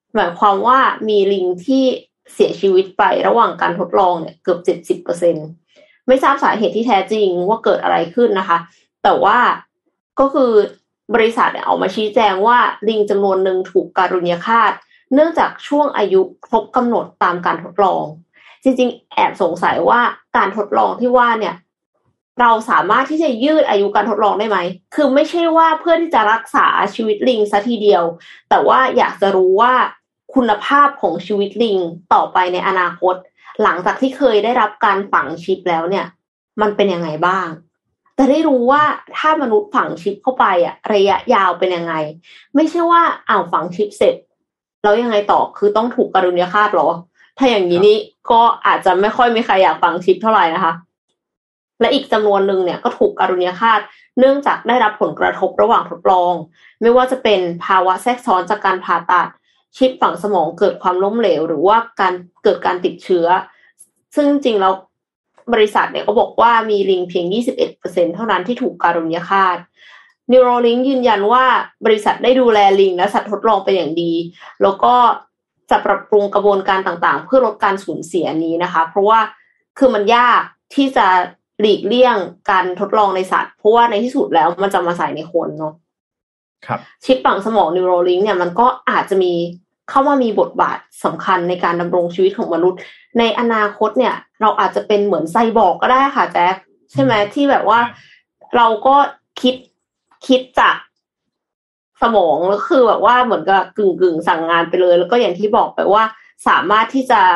หมายความว่ามีลิงที่เสียชีวิตไประหว่างการทดลองเนี่ยเกือบ 70%ไม่ทราบสาเหตุที่แท้จริงว่าเกิดอะไรขึ้นนะคะแต่ว่าก็คือบริษัทเนี่ยออกมาชี้แจงว่าลิงจำนวนหนึ่งถูกการุญยฆาตเนื่องจากช่วงอายุครบกำหนดตามการทดลองจริงๆแอบสงสัยว่าการทดลองที่ว่าเนี่ยเราสามารถที่จะยืดอายุการทดลองได้ไหมคือไม่ใช่ว่าเพื่อที่จะรักษาชีวิตลิงซะทีเดียวแต่ว่าอยากจะรู้ว่าคุณภาพของชีวิตลิงต่อไปในอนาคตหลังจากที่เคยได้รับการฝังชิปแล้วเนี่ยมันเป็นยังไงบ้างจะได้รู้ว่าถ้ามนุษย์ฝังชิปเข้าไปอะระยะยาวเป็นยังไงไม่ใช่ว่าฝังชิปเสร็จแล้วยังไงต่อคือต้องถูกการุญยฆาตหรอถ้าอย่างนี้นี่ก็อาจจะไม่ค่อยมีใครอยากฝังชิปเท่าไหร่นะคะและอีกจำนวนหนึ่งเนี่ยก็ถูกการุญยฆาตเนื่องจากได้รับผลกระทบระหว่างทดลองไม่ว่าจะเป็นภาวะแทรกซ้อนจากการผ่าตัดชิปฝังสมองเกิดความล้มเหลวหรือว่าเกิดการติดเชื้อซึ่งจริงแล้วบริษัทเนี่ยก็บอกว่ามีลิงเพียง 21% เท่านั้นที่ถูกการุญยฆาต Neuralink ยืนยันว่าบริษัทได้ดูแลลิงและสัตว์ทดลองเป็นอย่างดีแล้วก็จะปรับปรุงกระบวนการต่างๆเพื่อลดการสูญเสียนี้นะคะเพราะว่าคือมันยากที่จะหลีกเลี่ยงการทดลองในสัตว์เพราะว่าในที่สุดแล้วมันจะมาใส่ในคนเนาะ
ครับ
ชิปฝังสมอง Neuralink เนี่ยมันก็อาจจะมีเข้ามามีบทบาทสำคัญในการดำรงชีวิตของมนุษย์ในอนาคตเนี่ยเราอาจจะเป็นเหมือนไซบอร์กก็ได้ค่ะแจ๊คใช่ไหมที่แบบว่าเราก็คิดจากสมองแล้วคือแบบว่าเหมือนกับกึ่งสั่งงานไปเลยแล้วก็อย่างที่บอกไปว่าสามารถที่จะ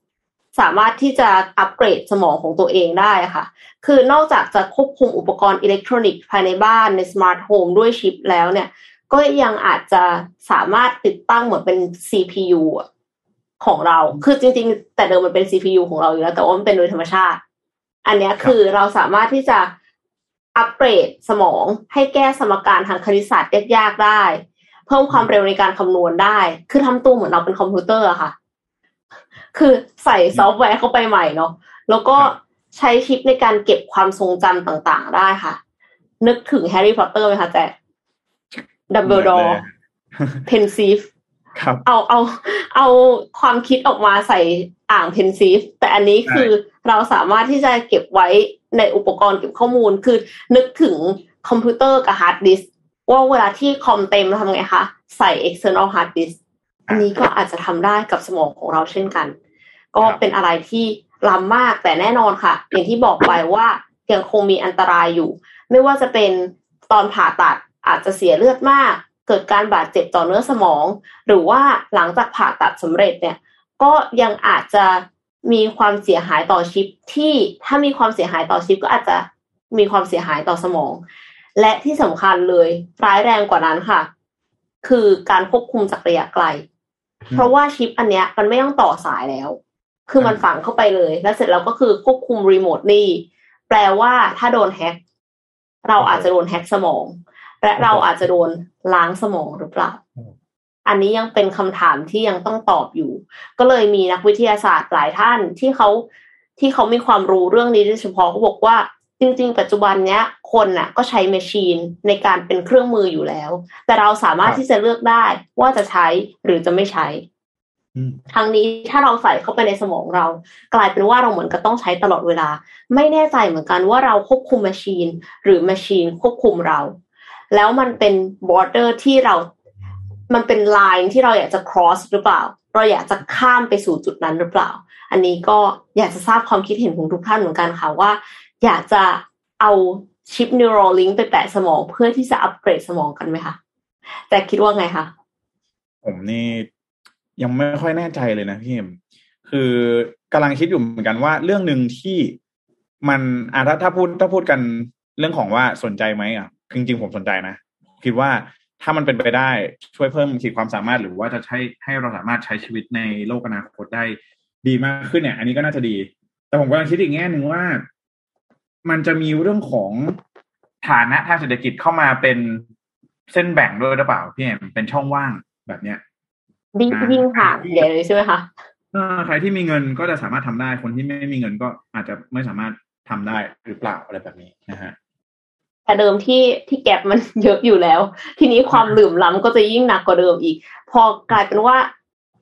อัปเกรดสมองของตัวเองได้ค่ะคือนอกจากจะควบคุมอุปกรณ์อิเล็กทรอนิกส์ภายในบ้านในสมาร์ทโฮมด้วยชิปแล้วเนี่ยก็ยังอาจจะสามารถติดตั้งเหมือนเป็น CPU ของเราคือจริงๆแต่เดิมมันเป็น CPU ของเราอยู่แล้วแต่ว่ามันเป็นโดยธรรมชาติอันนี้คือเราสามารถที่จะอัปเกรดสมองให้แก้สมการทางคณิตศาสตร์ยากๆได้เพิ่มความเร็วในการคำนวณได้คือทำตัวเหมือนเราเป็นคอมพิวเตอร์อะค่ะคือใส่ซอฟต์แวร์เข้าไปใหม่เนาะแล้วก็ใช้ชิปในการเก็บความทรงจำต่างๆได้ค่ะนึกถึงแฮร์รี่พอตเตอร์ไหมคะแจ๊คดัมเบิลดอร์เพนซีฟเอาความคิดออกมาใส่อ่างเพนซีฟแต่อันนี้คือเราสามารถที่จะเก็บไว้ในอุปกรณ์เก็บข้อมูลคือนึกถึงคอมพิวเตอร์กับฮาร์ดดิสก์ว่าเวลาที่คอมเต็มเราทำไงคะใส่ external hard disk อันนี้ก็อาจจะทำได้กับสมองของเราเช่นกันก็เป็นอะไรที่ล้ำมากแต่แน่นอนค่ะอย่างที่บอกไปว่ายังคงมีอันตรายอยู่ไม่ว่าจะเป็นตอนผ่าตัดอาจจะเสียเลือดมากเกิดการบาดเจ็บต่อเนื้อสมองหรือว่าหลังจากผ่าตัดสำเร็จเนี่ยก็ยังอาจจะมีความเสียหายต่อชิปที่ถ้ามีความเสียหายต่อชิปก็อาจจะมีความเสียหายต่อสมองและที่สำคัญเลยร้ายแรงกว่านั้นค่ะคือการควบคุมจากระยะไกลเพราะว่าชิปอันเนี้ยมันไม่ต้องต่อสายแล้วคือมันฝังเข้าไปเลยแล้วเสร็จแล้วก็คือควบคุมรีโมทลี่แปลว่าถ้าโดนแฮ็กเราอาจจะโดนแฮ็กสมองและเราอาจจะโดนล้างสมองหรือเปล่าอันนี้ยังเป็นคำถามที่ยังต้องตอบอยู่ก็เลยมีนักวิทยาศาสตร์หลายท่านที่เขามีความรู้เรื่องนี้โดยเฉพาะเขาบอกว่าจริงๆปัจจุบันเนี้ยคนน่ะก็ใช้แมชชีนในการเป็นเครื่องมืออยู่แล้วแต่เราสามารถที่จะเลือกได้ว่าจะใช้หรือจะไม่ใช้ทั้งนี้ถ้าเราใส่เข้าไปในสมองเรากลายเป็นว่าเราเหมือนกับต้องใช้ตลอดเวลาไม่แน่ใจเหมือนกันว่าเราควบคุมแมชชีนหรือแมชชีนควบคุมเราแล้วมันเป็นบอร์เดอร์ที่มันเป็นไลน์ที่เราอยากจะ cross หรือเปล่าเราอยากจะข้ามไปสู่จุดนั้นหรือเปล่าอันนี้ก็อยากจะทราบความคิดเห็นของทุกท่านเหมือนกันค่ะว่าอยากจะเอาชิป Neuralink ไปแปะสมองเพื่อที่จะอัปเกรดสมองกันไหมคะแต่คิดว่าไงคะ
ผมนี่ยังไม่ค่อยแน่ใจเลยนะพี่เอ็มคือกำลังคิดอยู่เหมือนกันว่าเรื่องนึงที่มันถ้าพูดกันเรื่องของว่าสนใจไหมจริงๆผมสนใจนะคิดว่าถ้ามันเป็นไปได้ช่วยเพิ่มขีดความสามารถหรือว่าจะใช้ให้เราสามารถใช้ชีวิตในโลกอนาคตได้ดีมากขึ้นเนี่ยอันนี้ก็น่าจะดีแต่ผมกำลังคิดอีกแง่นึงว่ามันจะมีเรื่องของฐานะทางเศรษฐกิจเข้ามาเป็นเส้นแบ่งด้วยหรือเปล่าพี่เอ็มเป็นช่องว่างแบบเนี้ย
ยิ่งห่างใหญ่เลยใช่ไหมคะ
ใครที่มีเงินก็จะสามารถทำได้คนที่ไม่มีเงินก็อาจจะไม่สามารถทำได้หรือเปล่าอะไรแบบนี้นะฮะ
แต่เดิมที่แก็บมันเยอะอยู่แล้วทีนี้ความเหลื่อมล้ำก็จะยิ่งหนักกว่าเดิมอีกพอกลายเป็นว่า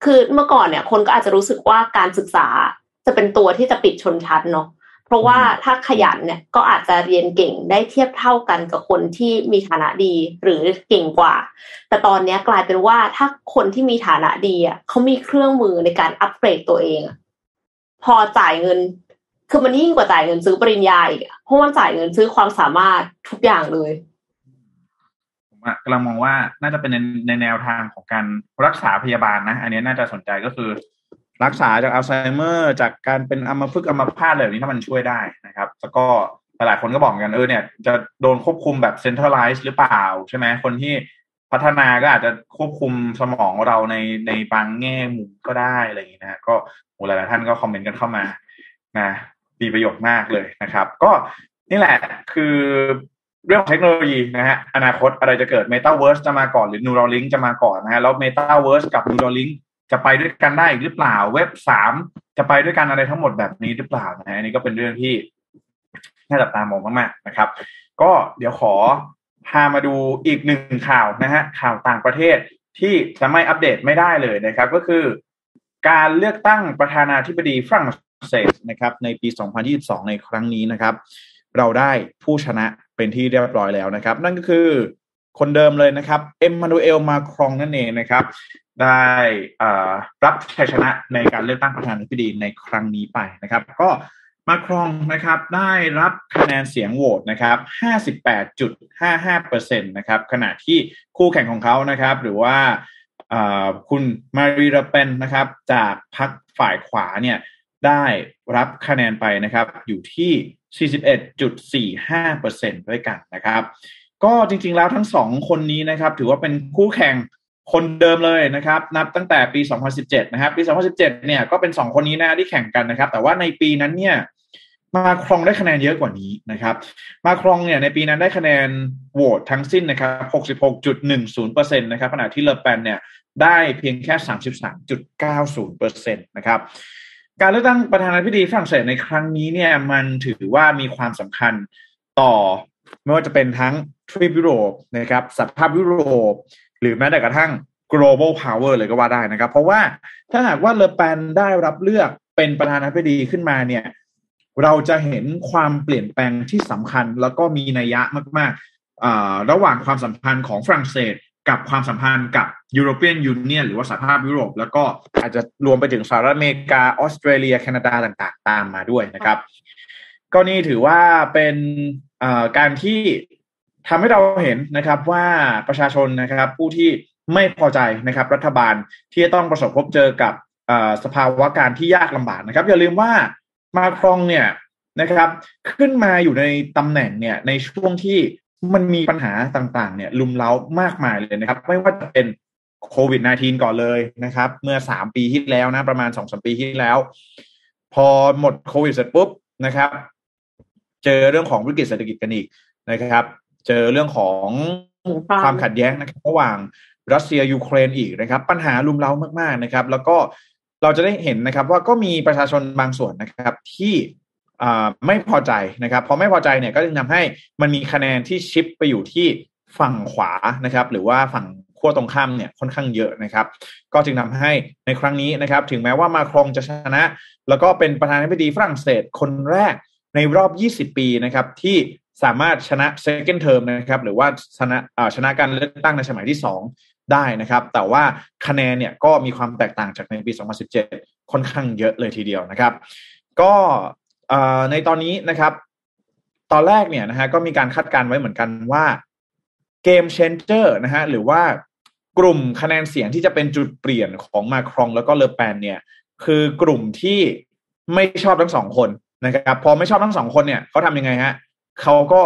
คือเมื่อก่อนเนี่ยคนก็อาจจะรู้สึกว่าการศึกษาจะเป็นตัวที่จะปิดชนชั้นเนาะเพราะว่าถ้าขยันเนี่ยก็อาจจะเรียนเก่งได้เทียบเท่ากันกับคนที่มีฐานะดีหรือเก่งกว่าแต่ตอนนี้กลายเป็นว่าถ้าคนที่มีฐานะดีอ่ะเขามีเครื่องมือในการอัปเกรดตัวเองพอจ่ายเงินคือมันยิ่งกว่าจ่ายเงินซื้อปริญญาอีกเพราะมันจ่ายเงินซื้อความสามารถทุกอย่างเลย
ผมกำลังมองว่าน่าจะเป็นในแนวทางของการรักษาพยาบาลนะอันนี้น่าจะสนใจก็คือรักษาจากอัลไซเมอร์จากการเป็นอัมพฤกษ์อัมพาตอะไรแบบนี้ถ้ามันช่วยได้นะครับแล้วก็หลายคนก็บอกกันเนี่ยจะโดนควบคุมแบบเซ็นทรัลไลซ์หรือเปล่าใช่ไหมคนที่พัฒนาก็อาจจะควบคุมสมองเราในบางแง่มุมก็ได้อะไรอย่างนี้นะก็หลายท่านก็คอมเมนต์กันเข้ามานะมีประโยชน์มากเลยนะครับก็นี่แหละคือเรื่องเทคโนโลยีนะฮะอนาคตอะไรจะเกิด Metaverse จะมาก่อนหรือ Neuralink จะมาก่อนนะฮะแล้ว Metaverse กับ Neuralink จะไปด้วยกันได้หรือเปล่าเว็บ3จะไปด้วยกันอะไรทั้งหมดแบบนี้หรือเปล่านะฮะอันนี้ก็เป็นเรื่องที่น่าจับตามองมากๆนะครับก็เดี๋ยวขอพามาดูอีกหนึ่งข่าวนะฮะข่าวต่างประเทศที่จะไม่อัปเดตไม่ได้เลยนะครับก็คือการเลือกตั้งประธานาธิบดีฝรั่งเศสนะครับในปี 2022 ในครั้งนี้นะครับเราได้ผู้ชนะเป็นที่เรียบร้อยแล้วนะครับนั่นก็คือคนเดิมเลยนะครับเอ็มมานูเอลมาครองนั่นเองนะครับได้รับชัยชนะในการเลือกตั้งประธานาธิบดีในครั้งนี้ไปนะครับก็มาครองนะครับได้รับคะแนนเสียงโหวตนะครับ 58.55% นะครับขณะที่คู่แข่งของเขานะครับหรือว่าคุณมารีเลเปนนะครับจากพรรคฝ่ายขวาเนี่ยได้รับคะแนนไปนะครับอยู่ที่ 41.45% ด้วยกันนะครับก็จริงๆแล้วทั้งสองคนนี้นะครับถือว่าเป็นคู่แข่งคนเดิมเลยนะครับนับตั้งแต่ปี 2017 นะครับปี 2017 เนี่ยก็เป็น2คนนี้นะที่แข่งกันนะครับแต่ว่าในปีนั้นเนี่ยมาครองได้คะแนนเยอะกว่านี้นะครับมาครองเนี่ยในปีนั้นได้คะแนนโหวตทั้งสิ้นนะครับ 66.10% นะครับขณะที่เลอแปนเนี่ยได้เพียงแค่ 33.90% นะครับการเลือกตั้งประธานาธิบดีฝรั่งเศสในครั้งนี้เนี่ยมันถือว่ามีความสำคัญต่อไม่ว่าจะเป็นทั้งทวีปยุโรปนะครับสหภาพยุโรปหรือแม้แต่กระทั่ง global power เลยก็ว่าได้นะครับเพราะว่าถ้าหากว่าเลอแปนได้รับเลือกเป็นประธานาธิบดีขึ้นมาเนี่ยเราจะเห็นความเปลี่ยนแปลงที่สำคัญแล้วก็มีนัยยะมากๆระหว่างความสัมพันธ์ของฝรั่งเศสกับความสัมพันธ์กับ European Union หรือว่าสหภาพยุโรปแล้วก็อาจจะรวมไปถึงสหรัฐอเมริกาออสเตรเลียแคนาดาต่างๆตามมาด้วยนะครับก็นี่ถือว่าเป็นการที่ทำให้เราเห็นนะครับว่าประชาชนนะครับผู้ที่ไม่พอใจนะครับรัฐบาลที่จะต้องประสบพบเจอกับสภาวะการที่ยากลำบากนะครับอย่าลืมว่ามาครองเนี่ยนะครับขึ้นมาอยู่ในตำแหน่งเนี่ยในช่วงที่มันมีปัญหาต่างๆเนี่ยลุมเล้ามากมายเลยนะครับไม่ว่าจะเป็นโควิด -19 ก่อนเลยนะครับเมื่อ3ปีที่แล้วนะประมาณ 2-3 ปีที่แล้วพอหมดโควิดเสร็จปุ๊บนะครับเจอเรื่องของวิกฤตเศรษฐกิจกันอีกนะครับเจอเรื่องของความขัดแย้งนะครับระหว่างรัสเซียยูเครนอีกนะครับปัญหาลุมเล้ามากๆนะครับแล้วก็เราจะได้เห็นนะครับว่าก็มีประชาชนบางส่วนนะครับที่ไม่พอใจนะครับพอไม่พอใจเนี่ยก็จึงทำให้มันมีคะแนนที่ชิปไปอยู่ที่ฝั่งขวานะครับหรือว่าฝั่งขั้วตรงข้ามเนี่ยค่อนข้างเยอะนะครับก็จึงทำให้ในครั้งนี้นะครับถึงแม้ว่ามาครองจะชนะแล้วก็เป็นประธานาธิบดีฝรั่งเศสคนแรกในรอบ20ปีนะครับที่สามารถชนะ second term นะครับหรือว่าชนะการเลือกตั้งในสมัยที่2ได้นะครับแต่ว่าคะแนนเนี่ยก็มีความแตกต่างจากในปี2017ค่อนข้างเยอะเลยทีเดียวนะครับก็ในตอนนี้นะครับตอนแรกเนี่ยนะฮะก็มีการคาดการณ์ไว้เหมือนกันว่าเกมเชนเจอร์นะฮะหรือว่ากลุ่มคะแนนเสียงที่จะเป็นจุดเปลี่ยนของมาครองแล้วก็เลอแปนเนี่ยคือกลุ่มที่ไม่ชอบทั้งสองคนนะครับพอไม่ชอบทั้งสองคนเนี่ยเขาทำยังไงฮะเขาก็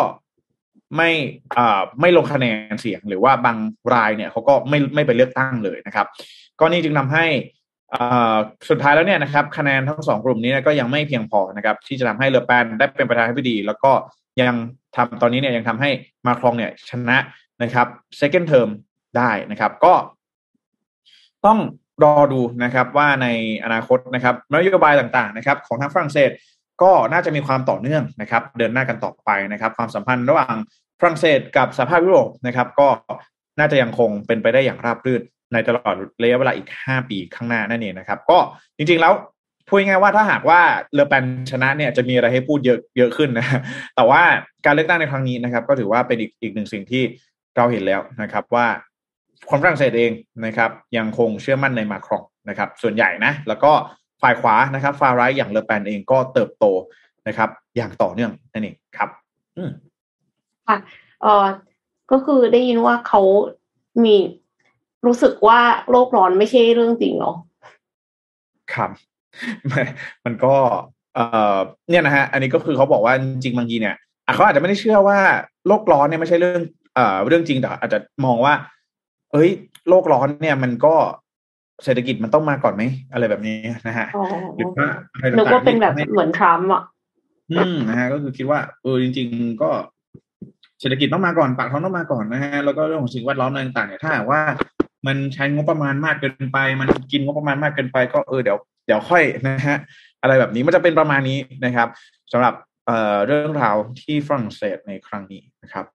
ไม่ลงคะแนนเสียงหรือว่าบางรายเนี่ยเขาก็ไม่ไปเลือกตั้งเลยนะครับก็นี่จึงทำให้สุดท้ายแล้วเนี่ยนะครับคะแนนทั้งสองกลุ่มนี้ก็ยังไม่เพียงพอนะครับที่จะทำให้เลอแปนได้เป็นประธานาธิบดีแล้วก็ยังทำตอนนี้เนี่ยยังทำให้มาครองเนี่ยชนะนะครับ second term ได้นะครับก็ต้องรอดูนะครับว่าในอนาคตนะครับนโยบายต่างๆนะครับของทางฝรั่งเศสก็น่าจะมีความต่อเนื่องนะครับเดินหน้ากันต่อไปนะครับความสัมพันธ์ระหว่างฝรั่งเศสกับสหภาพยุโรปนะครับก็น่าจะยังคงเป็นไปได้อย่างราบรื่นในตลอดระยะเวลาอีก5 ปีข้างหน้านั่นเองนะครับก็จริงๆแล้วพูดง่ายๆว่าถ้าหากว่าเลอแปนชนะเนี่ยจะมีอะไรให้พูดเยอะขึ้นนะแต่ว่าการเลือกตั้งในครั้งนี้นะครับก็ถือว่าเป็นอีกหนึ่งสิ่งที่เราเห็นแล้วนะครับว่าคนฝรั่งเศสเองนะครับยังคงเชื่อมั่นในมาครองนะครับส่วนใหญ่นะแล้วก็ฝ่ายขวานะครับฟาไรท์อย่างเลอแปนเองก็เติบโตนะครับอย่างต่อเนื่องนั่นเองครับ
ค่ะก็คือได้ยินว่าเขามีรู้สึกว่าโลกร้อนไม่ใช่เรื่องจริงเนาะ
ครับมันก็เนี่ยนะฮะอันนี้ก็คือเขาบอกว่าจริงบางทีเนี่ยเขาอาจจะไม่ได้เชื่อว่าโลกร้อนเนี่ยไม่ใช่เรื่องจริงแต่อาจจะมองว่าเอ้ยโลกร้อนเนี่ยมันก็เศรษฐกิจมันต้องมาก่อนไหมอะไรแบบนี้นะฮะ
หรือว่านึกว่าเป็นแบบเหมือนทรัมป์อ่ะ
นะฮะก็คือคิดว่าจริงๆก็เศรษฐกิจต้องมาก่อนปากท้องต้องมาก่อนนะฮะแล้วก็เรื่องของสิ่งแวดล้อมต่างๆเนี่ยถ้าหากว่ามันใช้งบประมาณมากเกินไปมันกินงบประมาณมากเกินไปก็เดี๋ยวค่อยนะฮะอะไรแบบนี้มันจะเป็นประมาณนี้นะครับสำหรับเรื่องราวที่ฝรั่งเศสในครั้งนี้นะครับ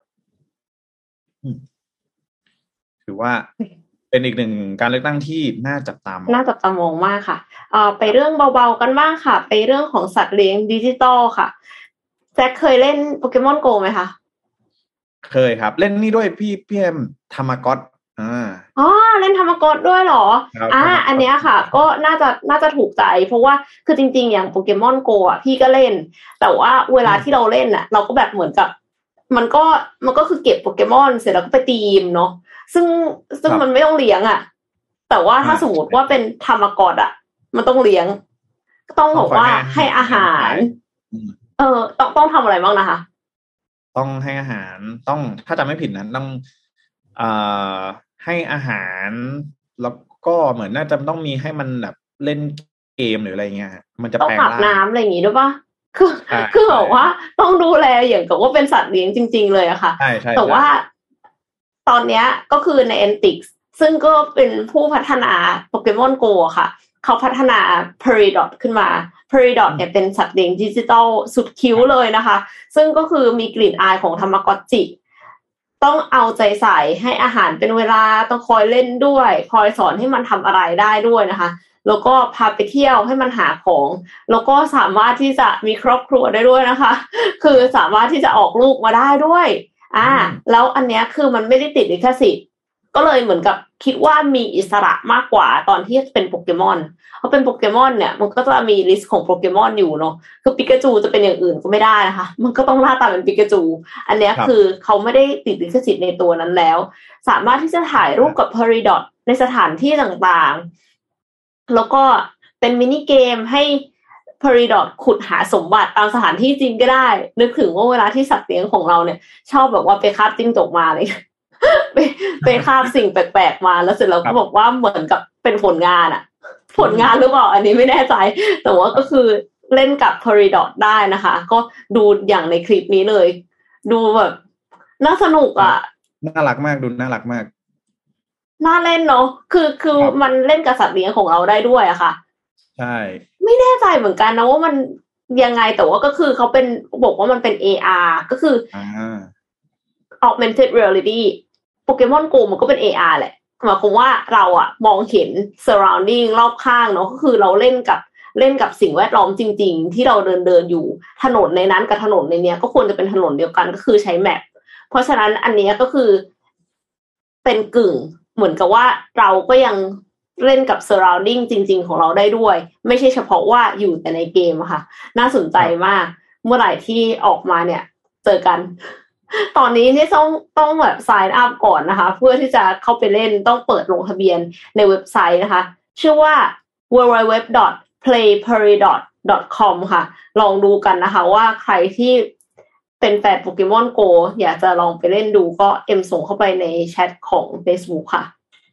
ถือว่าเป็นอีกหนึ่งการเลือกตั้งที่น่าจับตาม
องมากค่ะไปเรื่องเบาๆกันบ้างค่ะไปเรื่องของสัตว์เลี้ยงดิจิตอลค่ะแจ็คเคยเล่นโปเกมอนโกไหมคะ
เคยครับเล่นนี่ด้วยพี่เอ็มธรรมก๊อต
เล่นธรรมกอดด้วยเหรออันเนี้ยค่ะก็น่าจะถูกใจเพราะว่าคือจริงๆอย่างโปเกมอนโกอ่ะพี่ก็เล่นแต่ว่าเวลาที่เราเล่นอ่ะเราก็แบบเหมือนกับมันก็คือเก็บโปเกมอนเสร็จแล้วก็ไปตีมเนาะซึ่งมันไม่ต้องเลี้ยงอ่ะแต่ว่าถ้าสมมติว่าเป็นธรรมกอดอ่ะมันต้องเลี้ยงต้องบอกว่าให้อาหารต้องทำอะไรบ้างนะคะ
ต้องให้อาหารต้องถ้าจำไม่ผิดนะต้องให้อาหารแล้วก็เหมือนน่าจะต้องมีให้มันแบบเล่นเกมหรืออะไรเงี้ยมันจะแปลงร่าง
ต้องอาบน้ำอะไรอย่างงี้ด้วยป่ะคือบอกว่าต้องดูแลอย่างกับว่าเป็นสัตว์เลี้ยงจริงๆเลยอะค่ะแต่ว่าตอนนี้ก็คือใน Niantic ซึ่งก็เป็นผู้พัฒนาโปเกมอนโกค่ะเขาพัฒนา Peridot ขึ้นมา Peridot เนี่ยเป็นสัตว์เลี้ยงดิจิตอลสุดคิ้วเลยนะคะซึ่งก็คือมีกลิ่นอายของทามากอจิต้องเอาใจใส่ให้อาหารเป็นเวลาต้องคอยเล่นด้วยคอยสอนให้มันทำอะไรได้ด้วยนะคะแล้วก็พาไปเที่ยวให้มันหาของแล้วก็สามารถที่จะมีครอบครัวได้ด้วยนะคะคือสามารถที่จะออกลูกมาได้ด้วยแล้วอันเนี้ยคือมันไม่ได้ติดลิขสิทธิ์ก็เลยเหมือนกับคิดว่ามีอิสระมากกว่าตอนที่เป็นโปเกมอนเพราะเป็นโปเกมอนเนี่ยมันก็จะมีลิสต์ของโปเกมอนอยู่เนาะคือปิกาจูจะเป็นอย่างอื่นก็ไม่ได้นะคะมันก็ต้องหน้าตาเป็นปิกาจูอันเนี้ยคือเขาไม่ได้ติดลิขสิทธิ์ในตัวนั้นแล้วสามารถที่จะถ่ายรูปกับ Peridot ในสถานที่ต่างๆแล้วก็เป็นมินิเกมให้ Peridot ขุดหาสมบัติตามสถานที่จริงก็ได้นึกถึงว่าเวลาที่สัตว์เลี้ยงของเราเนี่ยชอบแบบว่าไปคาบจิ้งจกมาเลยไปคาบสิ่งแปลกๆมาแล้วเสร็จแล้วก็บอกว่าเหมือนกับเป็นผลงานผลงานหรือเปล่าอันนี้ไม่แน่ใจแต่ว่าก็คือเล่นกับ Peridot ได้นะคะก็ดูอย่างในคลิปนี้เลยดูแบบน่าสนุก
น่ารักมากดูน่ารักมาก
น่าเล่นเนาะคือมันเล่นกับสัตว์เลี้ยงของเราได้ด้วยอะค่ะ
ใช่
ไม่แน่ใจเหมือนกันนะว่ามันยังไงแต่ว่าก็คือเขาเป็นบอกว่ามันเป็น AR ก็คือaugmented reality โปเกมอนโกมันก็เป็น AR แหละหมายความว่าเรามองเห็น surrounding รอบข้างเนาะก็คือเราเล่นกับสิ่งแวดล้อมจริงๆที่เราเดินอยู่ถนนในนั้นกับถนนในเนี้ยก็ควรจะเป็นถนนเดียวกันก็คือใช้แมปเพราะฉะนั้นอันนี้ก็คือเป็นกึ่งเหมือนกับว่าเราก็ยังเล่นกับ surrounding จริงๆของเราได้ด้วยไม่ใช่เฉพาะว่าอยู่แต่ในเกมอะค่ะน่าสนใจมากเมื่อไหร่ที่ออกมาเนี่ยเจอกันตอนนี้ที่ต้องแบบ sign up ก่อนนะคะเพื่อที่จะเข้าไปเล่นต้องเปิดลงทะเบียนในเว็บไซต์นะคะชื่อว่า www.playperidot.com ค่ะลองดูกันนะคะว่าใครที่เป็นแฟนโปเกมอนโกอยากจะลองไปเล่นดูก็ส่งเข้าไปในแชทของ Facebook ค่ะ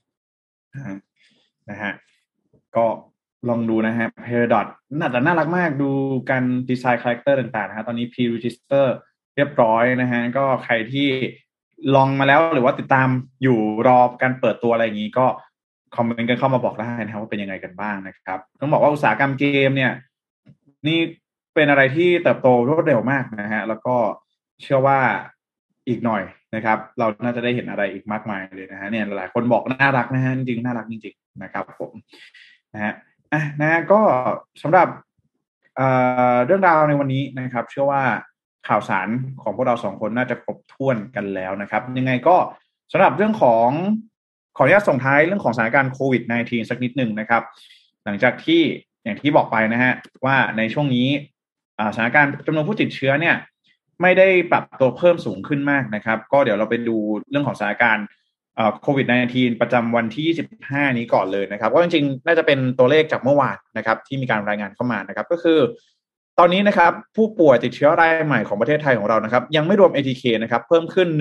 นะฮะก็ลองดูนะฮะ Peridot น่ารักมากดูการดีไซน์คาแรคเตอร์ต่างๆนะฮะตอนนี้ pre-register เรียบร้อยนะฮะก็ใครที่ลองมาแล้วหรือว่าติดตามอยู่รอการเปิดตัวอะไรอย่างนี้ก็คอมเมนต์กันเข้ามาบอกได้นะครับว่าเป็นยังไงกันบ้างนะครับต้องบอกว่าอุตสาหกรรมเกมเนี่ยนี่เป็นอะไรที่เติบโตรวดเร็วมากนะฮะแล้วก็เชื่อว่าอีกหน่อยนะครับเราน่าจะได้เห็นอะไรอีกมากมายเลยนะฮะเนี่ยหลายคนบอกน่ารักนะฮะจริงๆน่ารักจริงๆนะครับผมนะฮะนะก็สำหรับเรื่องราวในวันนี้นะครับเชื่อว่าข่าวสารของพวกเราสองคนน่าจะครบถ้วนกันแล้วนะครับยังไงก็สำหรับเรื่องของขออนุญาตส่งท้ายเรื่องของสถานการณ์โควิด -19 สักนิดหนึ่งนะครับหลังจากที่อย่างที่บอกไปนะฮะว่าในช่วงนี้สถานการณ์จำนวนผู้ติดเชื้อเนี่ยไม่ได้ปรับตัวเพิ่มสูงขึ้นมากนะครับก็เดี๋ยวเราไปดูเรื่องของสถานการณ์โควิด -19 ประจำวันที่25นี้ก่อนเลยนะครับก็จริงๆน่าจะเป็นตัวเลขจากเมื่อวานนะครับที่มีการรายงานเข้ามานะครับก็คือตอนนี้นะครับผู้ป่วยติดเชื้อรายใหม่ของประเทศไทยของเรานะครับยังไม่รวม ATK นะครับเพิ่มขึ้น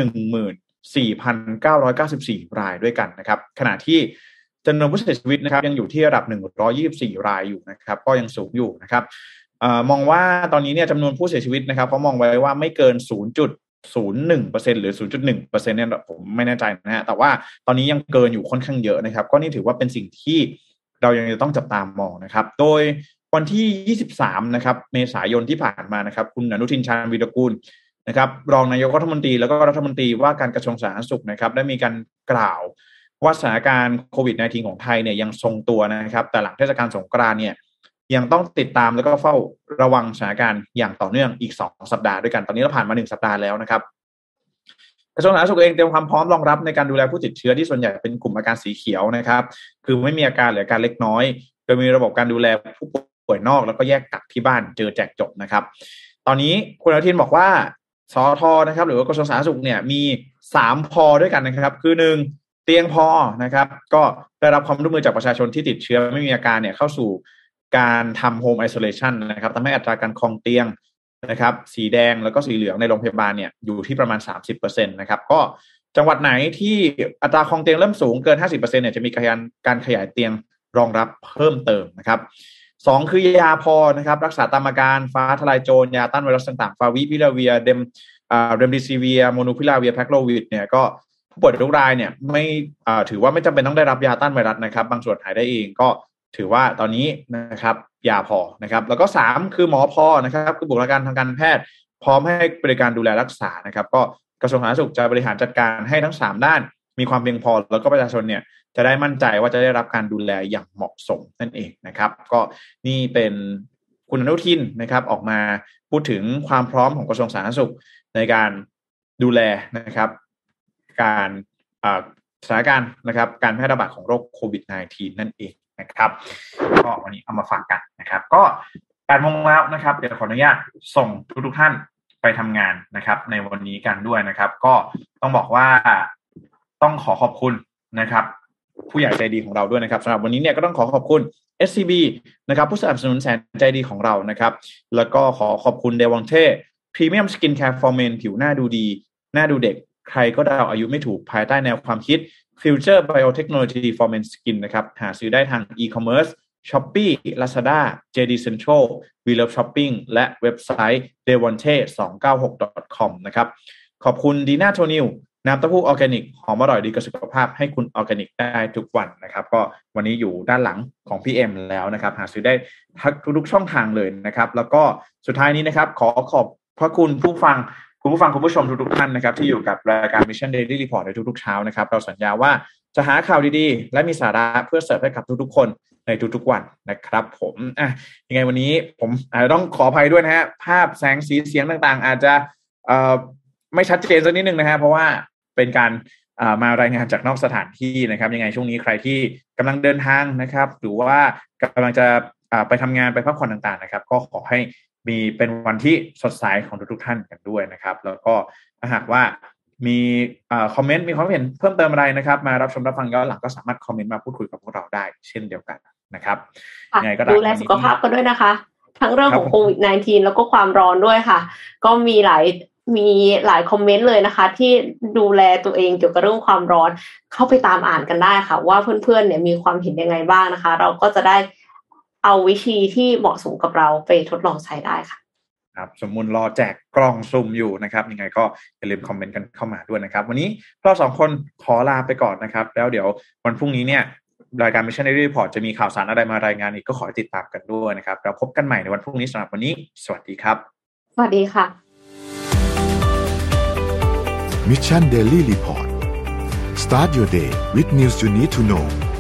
14,994 รายด้วยกันนะครับขณะที่จำนวนผู้เสียชีวิตนะครับยังอยู่ที่ระดับ124รายอยู่นะครับก็ยังสูงอยู่นะครับมองว่าตอนนี้เนี่ยจำนวนผู้เสียชีวิตนะครับเขามองไว้ว่าไม่เกิน 0.01% หรือ 0.1% เนี่ยผมไม่แน่ใจนะฮะแต่ว่าตอนนี้ยังเกินอยู่ค่อนข้างเยอะนะครับก็นี่ถือว่าเป็นสิ่งที่เรายังจะต้องจับตามองนะครับโดยวันที่23นะครับเมษายนที่ผ่านมานะครับคุณอนุทินชาญวีรกูลนะครับรองนายกรัฐมนตรีแล้วก็รัฐมนตรีว่าการกระทรวงสาธารณสุขนะครับได้มีการกล่าวว่าสถานการณ์โควิด -19 ของไทยเนี่ยยังทรงตัวนะครับแต่หลังเทศกาลสงกรานต์เนี่ยยังต้องติดตามแล้วก็เฝ้าระวังสถานการณ์อย่างต่อเนื่องอีก2สัปดาห์ด้วยกันตอนนี้เราผ่านมา1สัปดาห์แล้วนะครับกระทรวงสาธารณสุขเองเตรียมความพร้อมรองรับในการดูแลผู้ติดเชื้อที่ส่วนใหญ่เป็นกลุ่มอาการสีเขียวนะครับคือไม่มีอาการหรืออาการเล็กน้อยโดยมีระบบการดูแลผู้ป่วยนอกแล้วก็แยกกักที่บ้านเจอแจกจบนะครับตอนนี้คุณอนุทินบอกว่าสทนะครับหรือว่ากระทรวงสาธารณสุขเนี่ยมี3พอด้วยกันนะครับคือ1เตียงพอนะครับก็ได้รับความร่วมมือจากประชาชนที่ติดเชื้อไม่มีอาการเนี่ยเข้าสู่การทำโฮมไอโซเลชันนะครับทำให้อัตราการครองเตียงนะครับสีแดงแล้วก็สีเหลืองในโรงพยาบาลเนี่ยอยู่ที่ประมาณ 30% นะครับก็จังหวัดไหนที่อัตราครองเตียงเริ่มสูงเกิน 50% เนี่ยจะมีการขยายเตียงรองรับเพิ่มเติมนะครับ2คือยาพอนะครับรักษาตามอาการฟ้าทลายโจรยาต้านไวรัสต่างๆฟาวิพิลาเวียเรมดิซิเวียโมนูพิลาเวียแพคโลวิดเนี่ยก็ผู้ป่วยทุกรายเนี่ยไม่ถือว่าไม่จำเป็นต้องได้รับยาต้านไวรัสนะครับบางส่วนหายได้เองก็ถือว่าตอนนี้นะครับยาพอนะครับแล้วก็3คือหมอพอนะครับคือบุคลากรทางการแพทย์พร้อมให้บริการดูแลรักษานะครับก็กระทรวงสาธารณสุขจะบริหารจัดการให้ทั้ง3ด้านมีความเพียงพอแล้วก็ประชาชนเนี่ยจะได้มั่นใจว่าจะได้รับการดูแลอย่างเหมาะสมนั่นเองนะครับก็นี่เป็นคุณอนุทินนะครับออกมาพูดถึงความพร้อมของกระทรวงสาธารณสุขในการดูแลนะครับการสถานการณ์นะครับการแพร่ระบาดของโรคโควิด -19 นั่นเองนะครับก็วันนี้เอามาฝากกันนะครับก็8 โมงแล้วนะครับเดี๋ยวขออนุญาตส่งทุกท่านไปทำงานนะครับในวันนี้กันด้วยนะครับก็ต้องบอกว่าต้องขอบคุณนะครับผู้ใหญ่ใจดีของเราด้วยนะครับสำหรับวันนี้เนี่ยก็ต้องขอบคุณ SCB นะครับผู้สนับสนุนแสนใจดีของเรานะครับแล้วก็ขอบคุณ Devonte Premium Skin Care for Men ผิวหน้าดูดีหน้าดูเด็กใครก็เดาอายุไม่ถูกภายใต้แนวความคิด Future Biotechnology for Men Skin นะครับหาซื้อได้ทาง e-commerce Shopee Lazada JD Central We Love Shopping และเว็บไซต์ devonte296.com นะครับขอบคุณ Dina Tonilน้ำเต้าหู้ออร์แกนิกหอมอร่อยดีกับสุขภาพให้คุณออร์แกนิกได้ทุกวันนะครับก็วันนี้อยู่ด้านหลังของพี่เอ็มแล้วนะครับหาซื้อได้ทุกช่องทางเลยนะครับแล้วก็สุดท้ายนี้นะครับขอบพระคุณผู้ฟังคุณผู้ชมทุกท่านนะครับที่อยู่กับรายการ Mission Daily Report ในทุกๆเช้านะครับเราสัญญาว่าจะหาข่าวดีๆและมีสาระเพื่อเสิร์ฟให้กับทุกๆคนในทุกๆวันนะครับผมยังไงวันนี้ผมอาจจะต้องขออภัยด้วยนะฮะภาพแสงสีเสียงต่างๆอาจจะไม่ชัดเจนสักนิดนึงนะฮะเพราะว่าเป็นการมารายงานจากนอกสถานที่นะครับยังไงช่วงนี้ใครที่กำลังเดินทางนะครับหรือว่ากำลังจะไปทำงานไปพักผ่อนต่างๆนะครับก็ขอให้มีเป็นวันที่สดใสของทุกท่านกันด้วยนะครับแล้วก็ถ้าหากว่ามีคอมเมนต์มีความเห็นเพิ่มเติมอะไรนะครับมารับชมรับฟังย้อนหลังก็สามารถคอมเมนต์มาพูดคุยกับพวกเราได้เช่นเดียวกันนะครับยังไงก็ดูแลสุขภาพกันด้วยนะคะทั้งเรื่องของโควิด -19 แล้วก็ความร้อนด้วยค่ะก็มีหลายคอมเมนต์เลยนะคะที่ดูแลตัวเองเกี่ยวกับเรื่องความร้อนเข้าไปตามอ่านกันได้ค่ะว่าเพื่อนๆเนี่ยมีความเห็นยังไงบ้างนะคะเราก็จะได้เอาวิธีที่เหมาะสมกับเราไปทดลองใช้ได้ค่ะครับสมมุติรอแจกกล่องซุ่มอยู่นะครับยังไงก็อย่าลืมคอมเมนต์กันเข้ามาด้วยนะครับวันนี้เราสองคนขอลาไปก่อนนะครับแล้วเดี๋ยววันพรุ่งนี้เนี่ยรายการ Mission Daily Report จะมีข่าวสารอะไรมารายงานอีกก็ขอติดตามกันด้วยนะครับเราพบกันใหม่ในวันพรุ่งนี้สำหรับวันนี้สวัสดีครับสวัสดีค่ะ
Mission Daily Report start your day with news you need to know